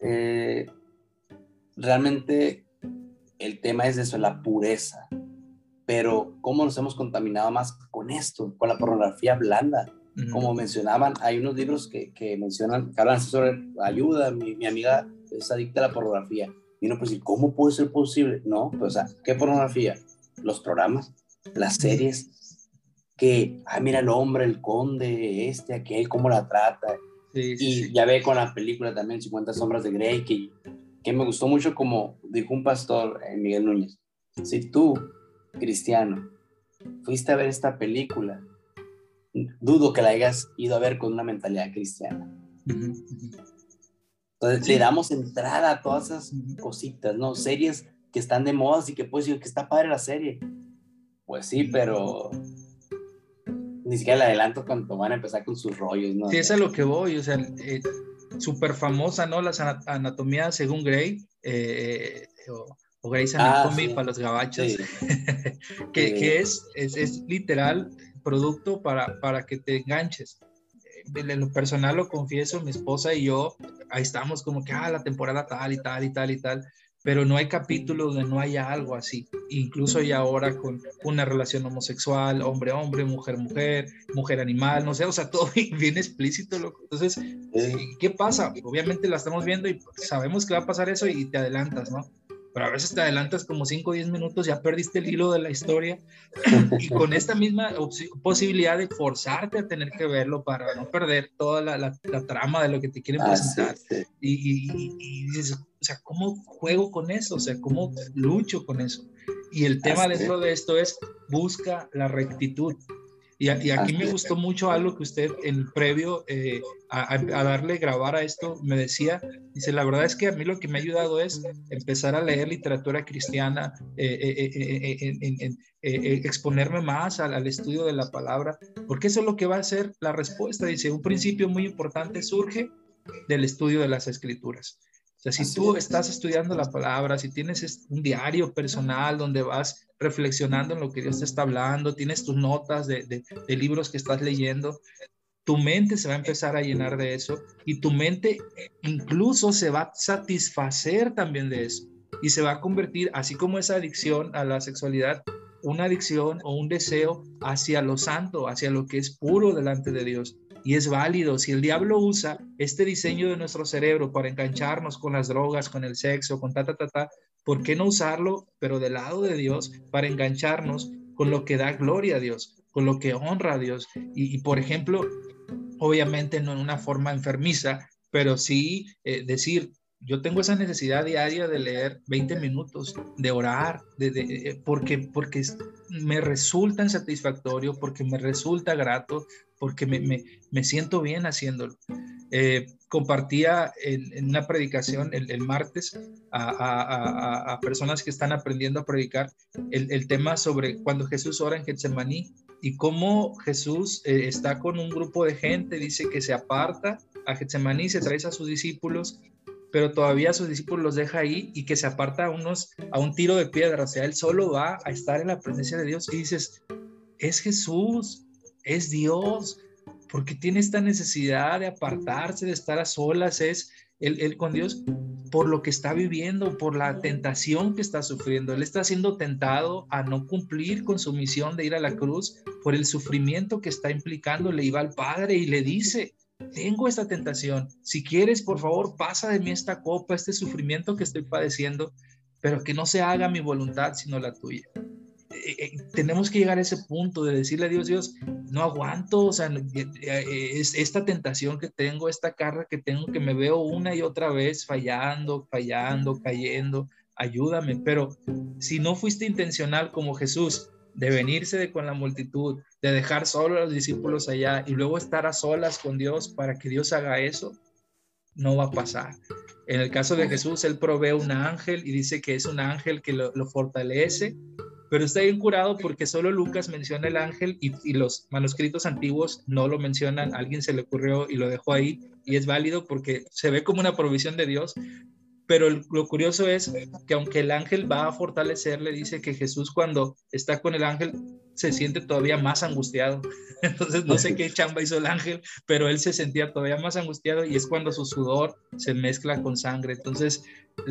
realmente el tema es eso, la pureza. Pero ¿cómo nos hemos contaminado más con esto, con la pornografía blanda? Como mencionaban, hay unos libros que mencionan, que hablan sobre ayuda. Mi amiga es adicta a la pornografía. Y uno pues, ¿cómo puede ser posible? No, pues, o sea, ¿qué pornografía? Los programas, las series, que, mira el hombre, el conde, aquel, cómo la trata. Sí. Ya ve con la película también, 50 sombras de Grey, que me gustó mucho, como dijo un pastor, Miguel Núñez. Si tú, cristiano, fuiste a ver esta película, dudo que la hayas ido a ver con una mentalidad cristiana. Entonces, le damos entrada a todas esas cositas, ¿no? Series que están de moda y que puedes decir que está padre la serie. Pues sí, pero ni siquiera le adelanto cuando van a empezar con sus rollos, ¿no? Sí, es a lo que voy, o sea, súper famosa, ¿no? Las anatomías según Grey, o Grey's Anatomy, sí, para los gabachos, sí. que es literal producto para que te enganches. En lo personal lo confieso, mi esposa y yo, ahí estamos como que, la temporada tal y tal y tal y tal, pero no hay capítulo donde no haya algo así. Incluso ya ahora con una relación homosexual, hombre-hombre, mujer-mujer, mujer-animal, no sé, o sea, todo bien explícito, loco. Entonces, ¿qué pasa? Obviamente la estamos viendo y sabemos que va a pasar eso y te adelantas, ¿no? Pero a veces te adelantas como 5 o 10 minutos, ya perdiste el hilo de la historia, y con esta misma posibilidad de forzarte a tener que verlo para no perder toda la trama de lo que te quieren presentar. Sí. Y dices, o sea, ¿cómo juego con eso? O sea, ¿cómo lucho con eso? Y el tema dentro de esto es, busca la rectitud. Y aquí me gustó mucho algo que usted en previo a darle grabar a esto me decía. Dice, la verdad es que a mí lo que me ha ayudado es empezar a leer literatura cristiana, exponerme más al estudio de la palabra, porque eso es lo que va a ser la respuesta. Dice, un principio muy importante surge del estudio de las escrituras. O sea, si tú estás estudiando la palabra, si tienes un diario personal donde vas reflexionando en lo que Dios te está hablando, tienes tus notas de libros que estás leyendo, tu mente se va a empezar a llenar de eso y tu mente incluso se va a satisfacer también de eso y se va a convertir, así como esa adicción a la sexualidad, una adicción o un deseo hacia lo santo, hacia lo que es puro delante de Dios. Y es válido. Si el diablo usa este diseño de nuestro cerebro para engancharnos con las drogas, con el sexo, con ¿por qué no usarlo, pero del lado de Dios, para engancharnos con lo que da gloria a Dios, con lo que honra a Dios? Y por ejemplo, obviamente no en una forma enfermiza, pero sí decir, yo tengo esa necesidad diaria de leer 20 minutos, de orar, porque me resulta satisfactorio, porque me resulta grato, porque me siento bien haciéndolo. Compartía en una predicación el martes a personas que están aprendiendo a predicar el tema sobre cuando Jesús ora en Getsemaní y cómo Jesús está con un grupo de gente, dice que se aparta a Getsemaní, se trae a sus discípulos, pero todavía a sus discípulos los deja ahí y que se aparta a un tiro de piedra, o sea, él solo va a estar en la presencia de Dios y dices, es Jesús, es Dios, porque tiene esta necesidad de apartarse, de estar a solas, es él con Dios por lo que está viviendo, por la tentación que está sufriendo. Él está siendo tentado a no cumplir con su misión de ir a la cruz por el sufrimiento que está implicando. Le iba al Padre y le dice, tengo esta tentación, si quieres, por favor, pasa de mí esta copa, este sufrimiento que estoy padeciendo, pero que no se haga mi voluntad, sino la tuya. Tenemos que llegar a ese punto de decirle a Dios, Dios, no aguanto, o sea, es esta tentación que tengo, esta carga que tengo, que me veo una y otra vez fallando, cayendo, ayúdame. Pero si no fuiste intencional como Jesús, de venirse con la multitud, de dejar solo a los discípulos allá y luego estar a solas con Dios para que Dios haga eso, no va a pasar. En el caso de Jesús, él provee un ángel y dice que es un ángel que lo fortalece, pero está bien curado porque solo Lucas menciona el ángel y los manuscritos antiguos no lo mencionan. A alguien se le ocurrió y lo dejó ahí y es válido porque se ve como una provisión de Dios. Pero lo curioso es que aunque el ángel va a fortalecerle, dice que Jesús cuando está con el ángel se siente todavía más angustiado. Entonces no sé qué chamba hizo el ángel, pero él se sentía todavía más angustiado y es cuando su sudor se mezcla con sangre. Entonces,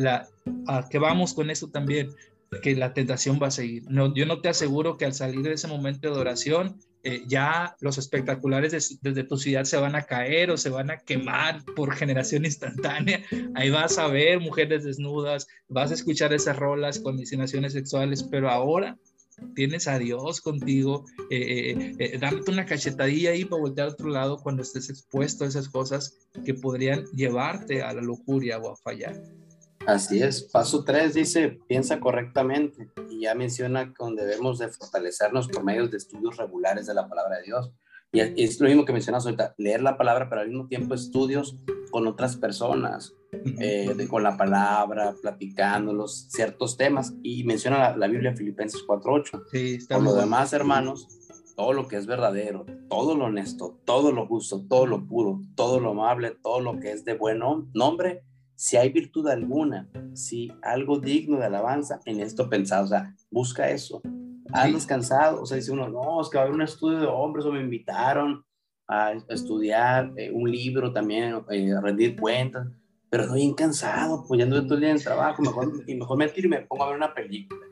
¿a qué vamos con esto también? Que la tentación va a seguir. No, yo no te aseguro que al salir de ese momento de oración, ya los espectaculares desde tu ciudad se van a caer o se van a quemar por generación instantánea. Ahí vas a ver mujeres desnudas, vas a escuchar esas rolas con insinuaciones sexuales, pero ahora tienes a Dios contigo, dándote una cachetadilla ahí para voltear a otro lado cuando estés expuesto a esas cosas que podrían llevarte a la lujuria o a fallar. Así es. Paso 3 dice, piensa correctamente, y ya menciona que debemos de fortalecernos por medio de estudios regulares de la palabra de Dios. Y es lo mismo que mencionas ahorita, leer la palabra, pero al mismo tiempo estudios con otras personas, con la palabra, platicando los ciertos temas. Y menciona la Biblia, Filipenses 4:8. Sí, por lo demás, hermanos, todo lo que es verdadero, todo lo honesto, todo lo justo, todo lo puro, todo lo amable, todo lo que es de buen nombre, si hay virtud alguna, si algo digno de alabanza, en esto pensad, o sea, busca eso. Andas cansado, o sea, dice uno, no, es que va a haber un estudio de hombres o me invitaron a estudiar un libro también, a rendir cuentas, pero estoy bien cansado, pues ya ando todo el día en el trabajo, mejor me tiro y me pongo a ver una película.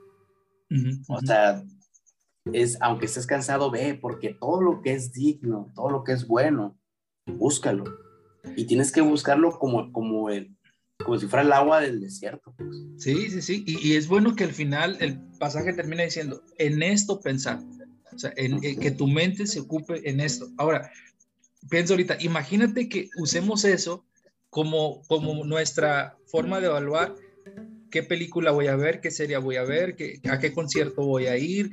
O sea, aunque estés cansado, ve, porque todo lo que es digno, todo lo que es bueno, búscalo. Y tienes que buscarlo como si fuera el agua del desierto. Pues. Sí. Y es bueno que al final el pasaje termina diciendo, en esto pensar. O sea, que tu mente se ocupe en esto. Ahora, pienso ahorita, imagínate que usemos eso como nuestra forma de evaluar qué película voy a ver, qué serie voy a ver, a qué concierto voy a ir.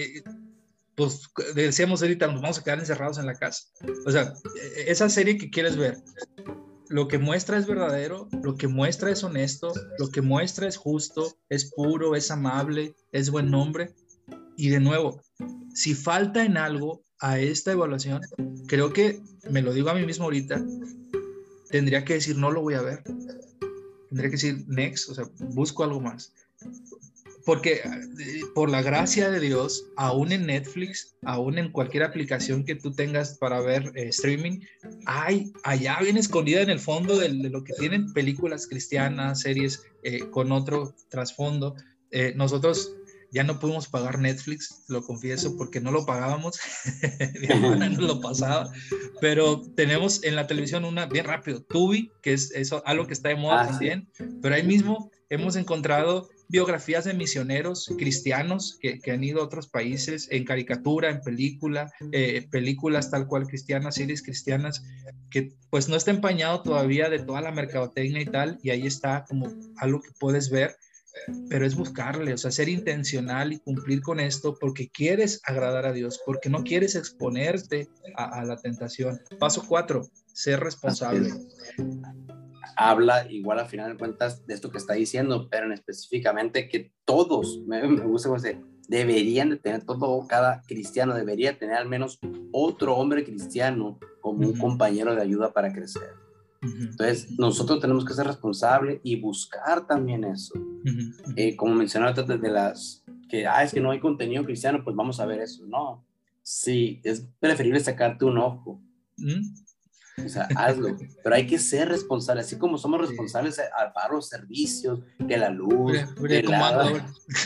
Pues decíamos ahorita, nos vamos a quedar encerrados en la casa. O sea, esa serie que quieres ver, lo que muestra es verdadero, lo que muestra es honesto, lo que muestra es justo, es puro, es amable, es buen nombre. Y de nuevo, si falta en algo a esta evaluación, creo que, me lo digo a mí mismo ahorita, tendría que decir no lo voy a ver. Tendría que decir next, o sea, busco algo más. Porque por la gracia de Dios, aún en Netflix, aún en cualquier aplicación que tú tengas para ver streaming, allá bien escondida en el fondo de lo que tienen películas cristianas, series con otro trasfondo. Nosotros ya no pudimos pagar Netflix, lo confieso, porque no lo pagábamos. Mi hermana no lo pasaba, pero tenemos en la televisión una, bien rápido, Tubi, que es eso, algo que está de moda también, sí. Pero ahí mismo hemos encontrado biografías de misioneros cristianos que han ido a otros países en caricatura, en película, películas tal cual cristianas, series cristianas, que pues no está empañado todavía de toda la mercadotecnia y tal, y ahí está como algo que puedes ver, pero es buscarle, o sea, ser intencional y cumplir con esto porque quieres agradar a Dios, porque no quieres exponerte a la tentación. Paso 4, ser responsable. Habla igual a final de cuentas de esto que está diciendo, pero en específicamente que todos, me gusta como decir, deberían de tener, cada cristiano debería tener al menos otro hombre cristiano como un compañero de ayuda para crecer. Entonces nosotros tenemos que ser responsables y buscar también eso. Como mencionaba desde las que es que no hay contenido cristiano, pues vamos a ver eso. No, sí, es preferible sacarte un ojo. O sea, hazlo, pero hay que ser responsable, así como somos responsables para los servicios, que la luz, que el agua.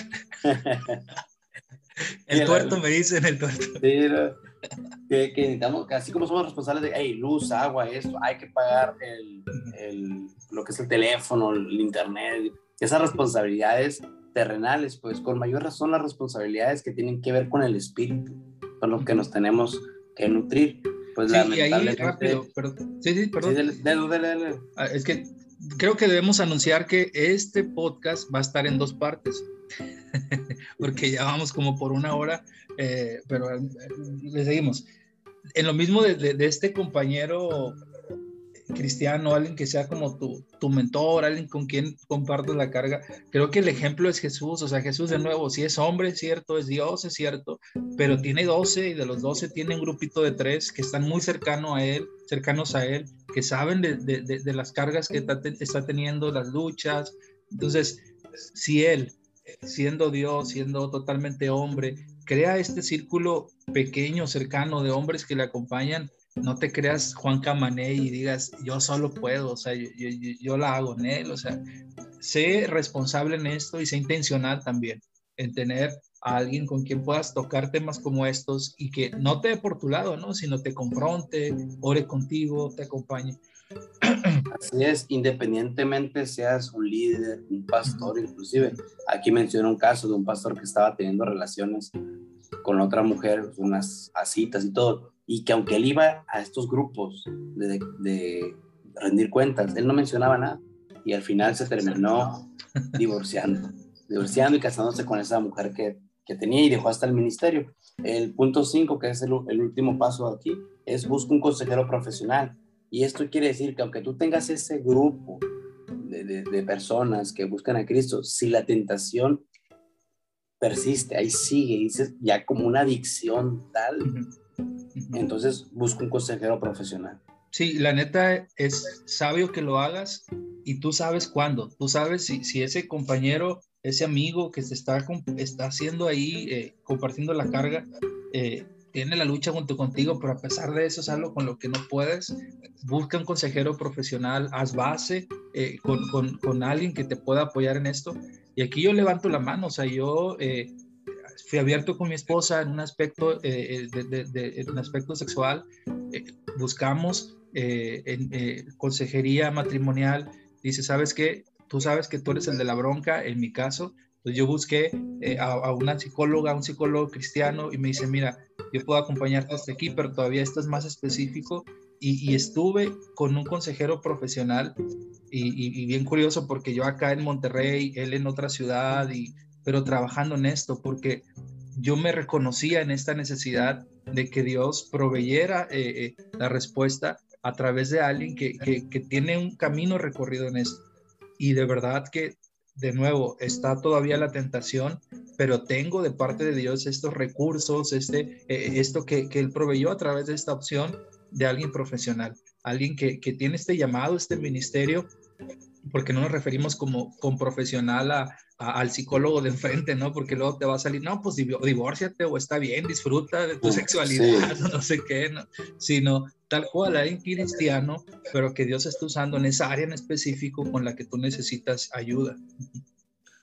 El tuerto me dicen, el tuerto. Sí, ¿no? que necesitamos, así como somos responsables de luz, agua, esto, hay que pagar lo que es el teléfono, el internet, esas responsabilidades terrenales, pues con mayor razón las responsabilidades que tienen que ver con el espíritu, con lo que nos tenemos que nutrir. Pues sí, y ahí rápido, perdón. Sí, perdón. Sí, dale. Es que creo que debemos anunciar que este podcast va a estar en 2 partes, porque ya vamos como por 1 hora, pero le seguimos. En lo mismo de este compañero cristiano, alguien que sea como tu mentor, alguien con quien compartas la carga. Creo que el ejemplo es Jesús, o sea, Jesús de nuevo, sí es hombre, es cierto, es Dios, es cierto, pero tiene 12 y de los 12 tiene un grupito de 3 que están muy cercanos a él, que saben de las cargas que está teniendo, las luchas. Entonces, si él, siendo Dios, siendo totalmente hombre, crea este círculo pequeño, cercano de hombres que le acompañan, no te creas Juan Camané y digas, yo solo puedo, o sea, yo la hago en él, o sea, sé responsable en esto y sé intencional también en tener a alguien con quien puedas tocar temas como estos y que no te dé por tu lado, ¿no? Sino te confronte, ore contigo, te acompañe. Así es, independientemente seas un líder, un pastor, inclusive. Aquí menciono un caso de un pastor que estaba teniendo relaciones con otra mujer, unas citas y todo, y que aunque él iba a estos grupos de rendir cuentas, él no mencionaba nada, y al final se terminó divorciando y casándose con esa mujer que tenía y dejó hasta el ministerio. El punto 5, que es el último paso aquí, es busca un consejero profesional. Y esto quiere decir que aunque tú tengas ese grupo de personas que buscan a Cristo, si la tentación persiste, ahí sigue, y es ya como una adicción tal, entonces busca un consejero profesional. Sí, la neta es sabio que lo hagas y tú sabes cuándo, tú sabes si ese compañero, ese amigo que se está haciendo ahí, compartiendo la carga, tiene la lucha junto contigo, pero a pesar de eso es algo con lo que no puedes, busca un consejero profesional, haz base con alguien que te pueda apoyar en esto. Y aquí yo levanto la mano, o sea, yo fui abierto con mi esposa en un aspecto, en un aspecto sexual, buscamos consejería matrimonial. Dice, ¿sabes qué? Tú sabes que tú eres el de la bronca, en mi caso. Entonces yo busqué a una psicóloga, a un psicólogo cristiano, y me dice, mira, yo puedo acompañarte hasta aquí, pero todavía esto es más específico. Y estuve con un consejero profesional y bien curioso porque yo acá en Monterrey, él en otra ciudad, pero trabajando en esto porque yo me reconocía en esta necesidad de que Dios proveyera la respuesta a través de alguien que tiene un camino recorrido en esto. Y de verdad que, de nuevo, está todavía la tentación, pero tengo de parte de Dios estos recursos, esto que Él proveyó a través de esta opción de alguien profesional, alguien que tiene este llamado, este ministerio, porque no nos referimos como con profesional al psicólogo de enfrente, ¿no? Porque luego te va a salir, no, pues divórciate o está bien, disfruta de tu sexualidad, sí. No sé qué, ¿no? Sino tal cual, alguien cristiano, pero que Dios está usando en esa área en específico con la que tú necesitas ayuda.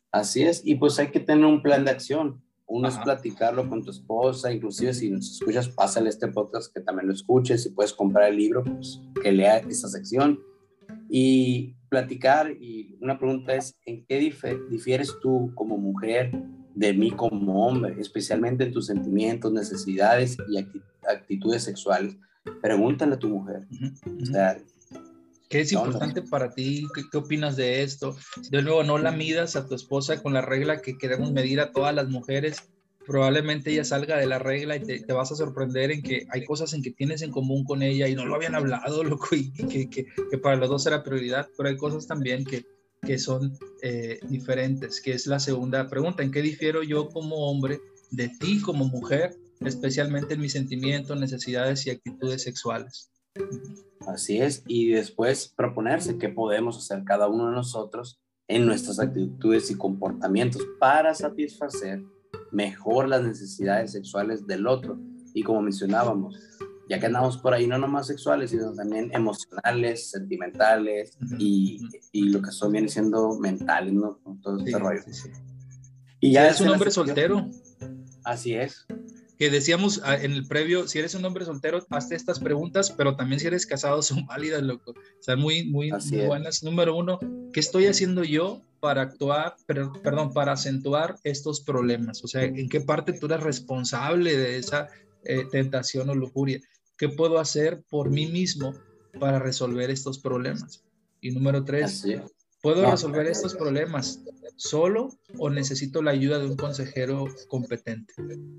Así es, y pues hay que tener un plan de acción. Uno es Ajá. platicarlo con tu esposa, inclusive si nos escuchas, pásale este podcast que también lo escuches, si puedes comprar el libro, pues que lea esa sección y platicar. Y una pregunta es, ¿en qué difieres tú como mujer de mí como hombre, especialmente en tus sentimientos, necesidades y actitudes sexuales? Pregúntale a tu mujer. O sea, ¿qué es importante para ti? ¿Qué opinas de esto? De nuevo, no la midas a tu esposa con la regla que queremos medir a todas las mujeres. Probablemente ella salga de la regla y te vas a sorprender en que hay cosas en que tienes en común con ella y no lo habían hablado, loco, y que para los dos era prioridad, pero hay cosas también que son diferentes, que es la segunda pregunta. ¿En qué difiero yo como hombre de ti como mujer, especialmente en mis sentimientos, necesidades y actitudes sexuales? Así es, y después proponerse qué podemos hacer cada uno de nosotros en nuestras actitudes y comportamientos para satisfacer mejor las necesidades sexuales del otro. Y como mencionábamos, ya que andamos por ahí, no nomás sexuales, sino también emocionales, sentimentales y lo que son viene siendo mentales, ¿no? Todo este rollo. Sí. Y si ya eres un hombre soltero, así es. Que decíamos en el previo, si eres un hombre soltero, hazte estas preguntas, pero también si eres casado son válidas, loco. O sea, muy buenas. Número uno, ¿qué estoy haciendo yo para para acentuar estos problemas? O sea, ¿en qué parte tú eres responsable de esa tentación o lujuria? ¿Qué puedo hacer por mí mismo para resolver estos problemas? Y número tres, ¿puedo resolver estos problemas solo o necesito la ayuda de un consejero competente?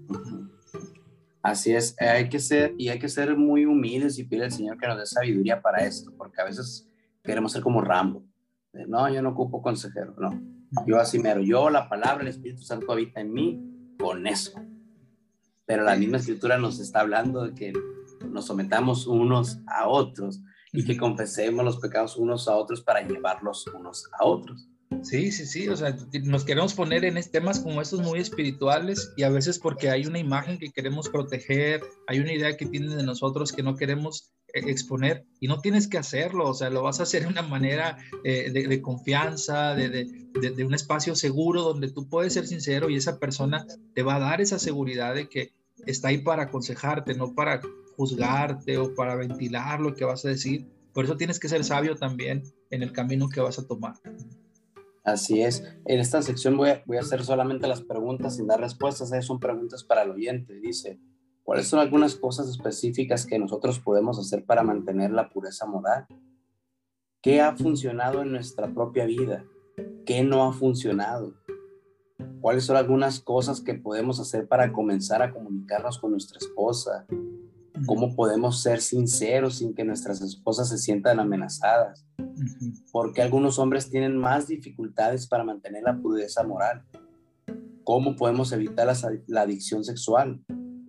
Así es, hay que ser muy humildes y pedirle al Señor que nos dé sabiduría para esto, porque a veces queremos ser como Rambo. No, yo no ocupo consejero, no. Yo así mero, yo la palabra, el Espíritu Santo habita en mí con eso. Pero la misma Escritura nos está hablando de que nos sometamos unos a otros y que confesemos los pecados unos a otros para llevarlos unos a otros. Sí, o sea, nos queremos poner en temas como estos muy espirituales y a veces porque hay una imagen que queremos proteger, hay una idea que tienen de nosotros que no queremos exponer y no tienes que hacerlo, o sea, lo vas a hacer de una manera de confianza, de un espacio seguro donde tú puedes ser sincero y esa persona te va a dar esa seguridad de que está ahí para aconsejarte, no para juzgarte o para ventilar lo que vas a decir. Por eso tienes que ser sabio también en el camino que vas a tomar. Así es. En esta sección voy a hacer solamente las preguntas sin dar respuestas. Son preguntas para el oyente. Dice, ¿cuáles son algunas cosas específicas que nosotros podemos hacer para mantener la pureza moral? ¿Qué ha funcionado en nuestra propia vida? ¿Qué no ha funcionado? ¿Cuáles son algunas cosas que podemos hacer para comenzar a comunicarnos con nuestra esposa? ¿Cómo podemos ser sinceros sin que nuestras esposas se sientan amenazadas? ¿Por qué algunos hombres tienen más dificultades para mantener la pureza moral? ¿Cómo podemos evitar la adicción sexual?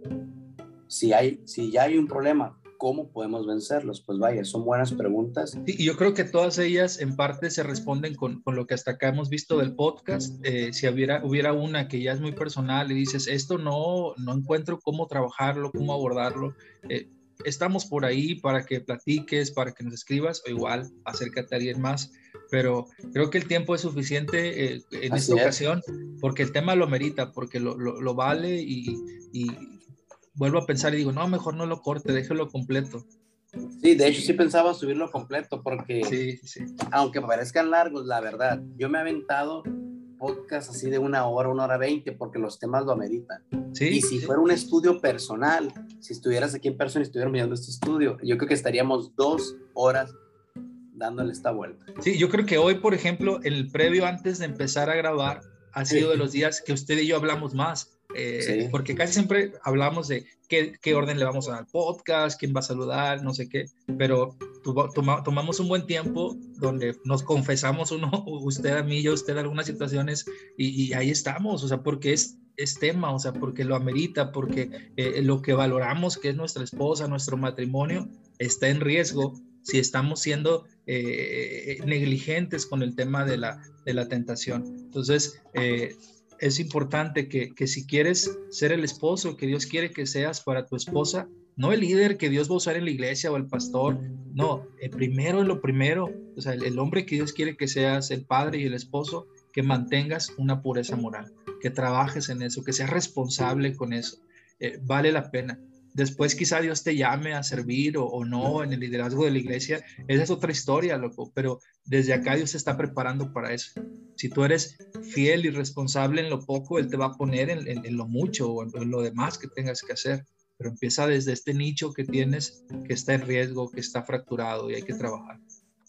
Si ya hay un problema, ¿cómo podemos vencerlos? Pues vaya, son buenas preguntas. Sí, y yo creo que todas ellas en parte se responden con lo que hasta acá hemos visto del podcast. Si hubiera una que ya es muy personal y dices, esto no encuentro cómo trabajarlo, cómo abordarlo, estamos por ahí para que platiques, para que nos escribas, o igual acércate a alguien más, pero creo que el tiempo es suficiente en esta ocasión, porque el tema lo merita, porque lo vale y vuelvo a pensar y digo, no, mejor no lo corte, déjelo completo. Sí, de hecho sí pensaba subirlo completo porque aunque parezcan largos, la verdad, yo me he aventado podcast así de 1 hora, 1 hora 20, porque los temas lo ameritan. Y si fuera un estudio personal, si estuvieras aquí en persona y estuviéramos mirando este estudio, yo creo que estaríamos 2 horas dándole esta vuelta. Sí, yo creo que hoy, por ejemplo, el previo antes de empezar a grabar, ha sido de los días que usted y yo hablamos más. Porque casi siempre hablamos de qué orden le vamos a dar al podcast, quién va a saludar, no sé qué, pero tomamos un buen tiempo donde nos confesamos usted a mí, yo a usted algunas situaciones y ahí estamos, o sea, porque es tema, o sea, porque lo amerita, porque lo que valoramos que es nuestra esposa, nuestro matrimonio, está en riesgo si estamos siendo negligentes con el tema de la tentación. Entonces, es importante que si quieres ser el esposo que Dios quiere que seas para tu esposa, no el líder que Dios va a usar en la iglesia o el pastor, no, el primero es lo primero, o sea, el hombre que Dios quiere que seas, el padre y el esposo, que mantengas una pureza moral, que trabajes en eso, que seas responsable con eso. Vale la pena. Después quizá Dios te llame a servir o no en el liderazgo de la iglesia. Esa es otra historia, loco, pero desde acá Dios te está preparando para eso. Si tú eres fiel y responsable en lo poco, Él te va a poner en lo mucho o en lo demás que tengas que hacer. Pero empieza desde este nicho que tienes, que está en riesgo, que está fracturado y hay que trabajar.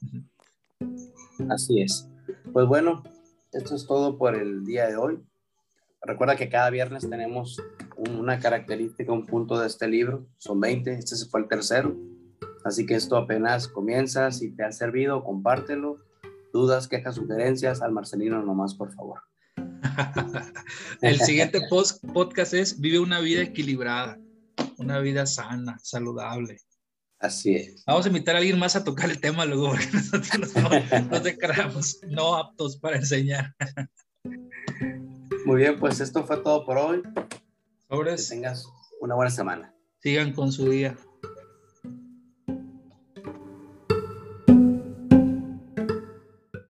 Así es. Pues bueno, esto es todo por el día de hoy. Recuerda que cada viernes tenemos una característica, un punto de este libro. Son 20, este fue el tercero. Así que esto apenas comienza. Si te ha servido, compártelo. Dudas, quejas, sugerencias, al Marcelino nomás, por favor. El siguiente podcast es Vive una vida equilibrada, una vida sana, saludable. Así es. Vamos a invitar a alguien más a tocar el tema luego, porque nosotros nos declaramos no aptos para enseñar. Muy bien, pues esto fue todo por hoy. Sobres. Que tengas una buena semana. Sigan con su día.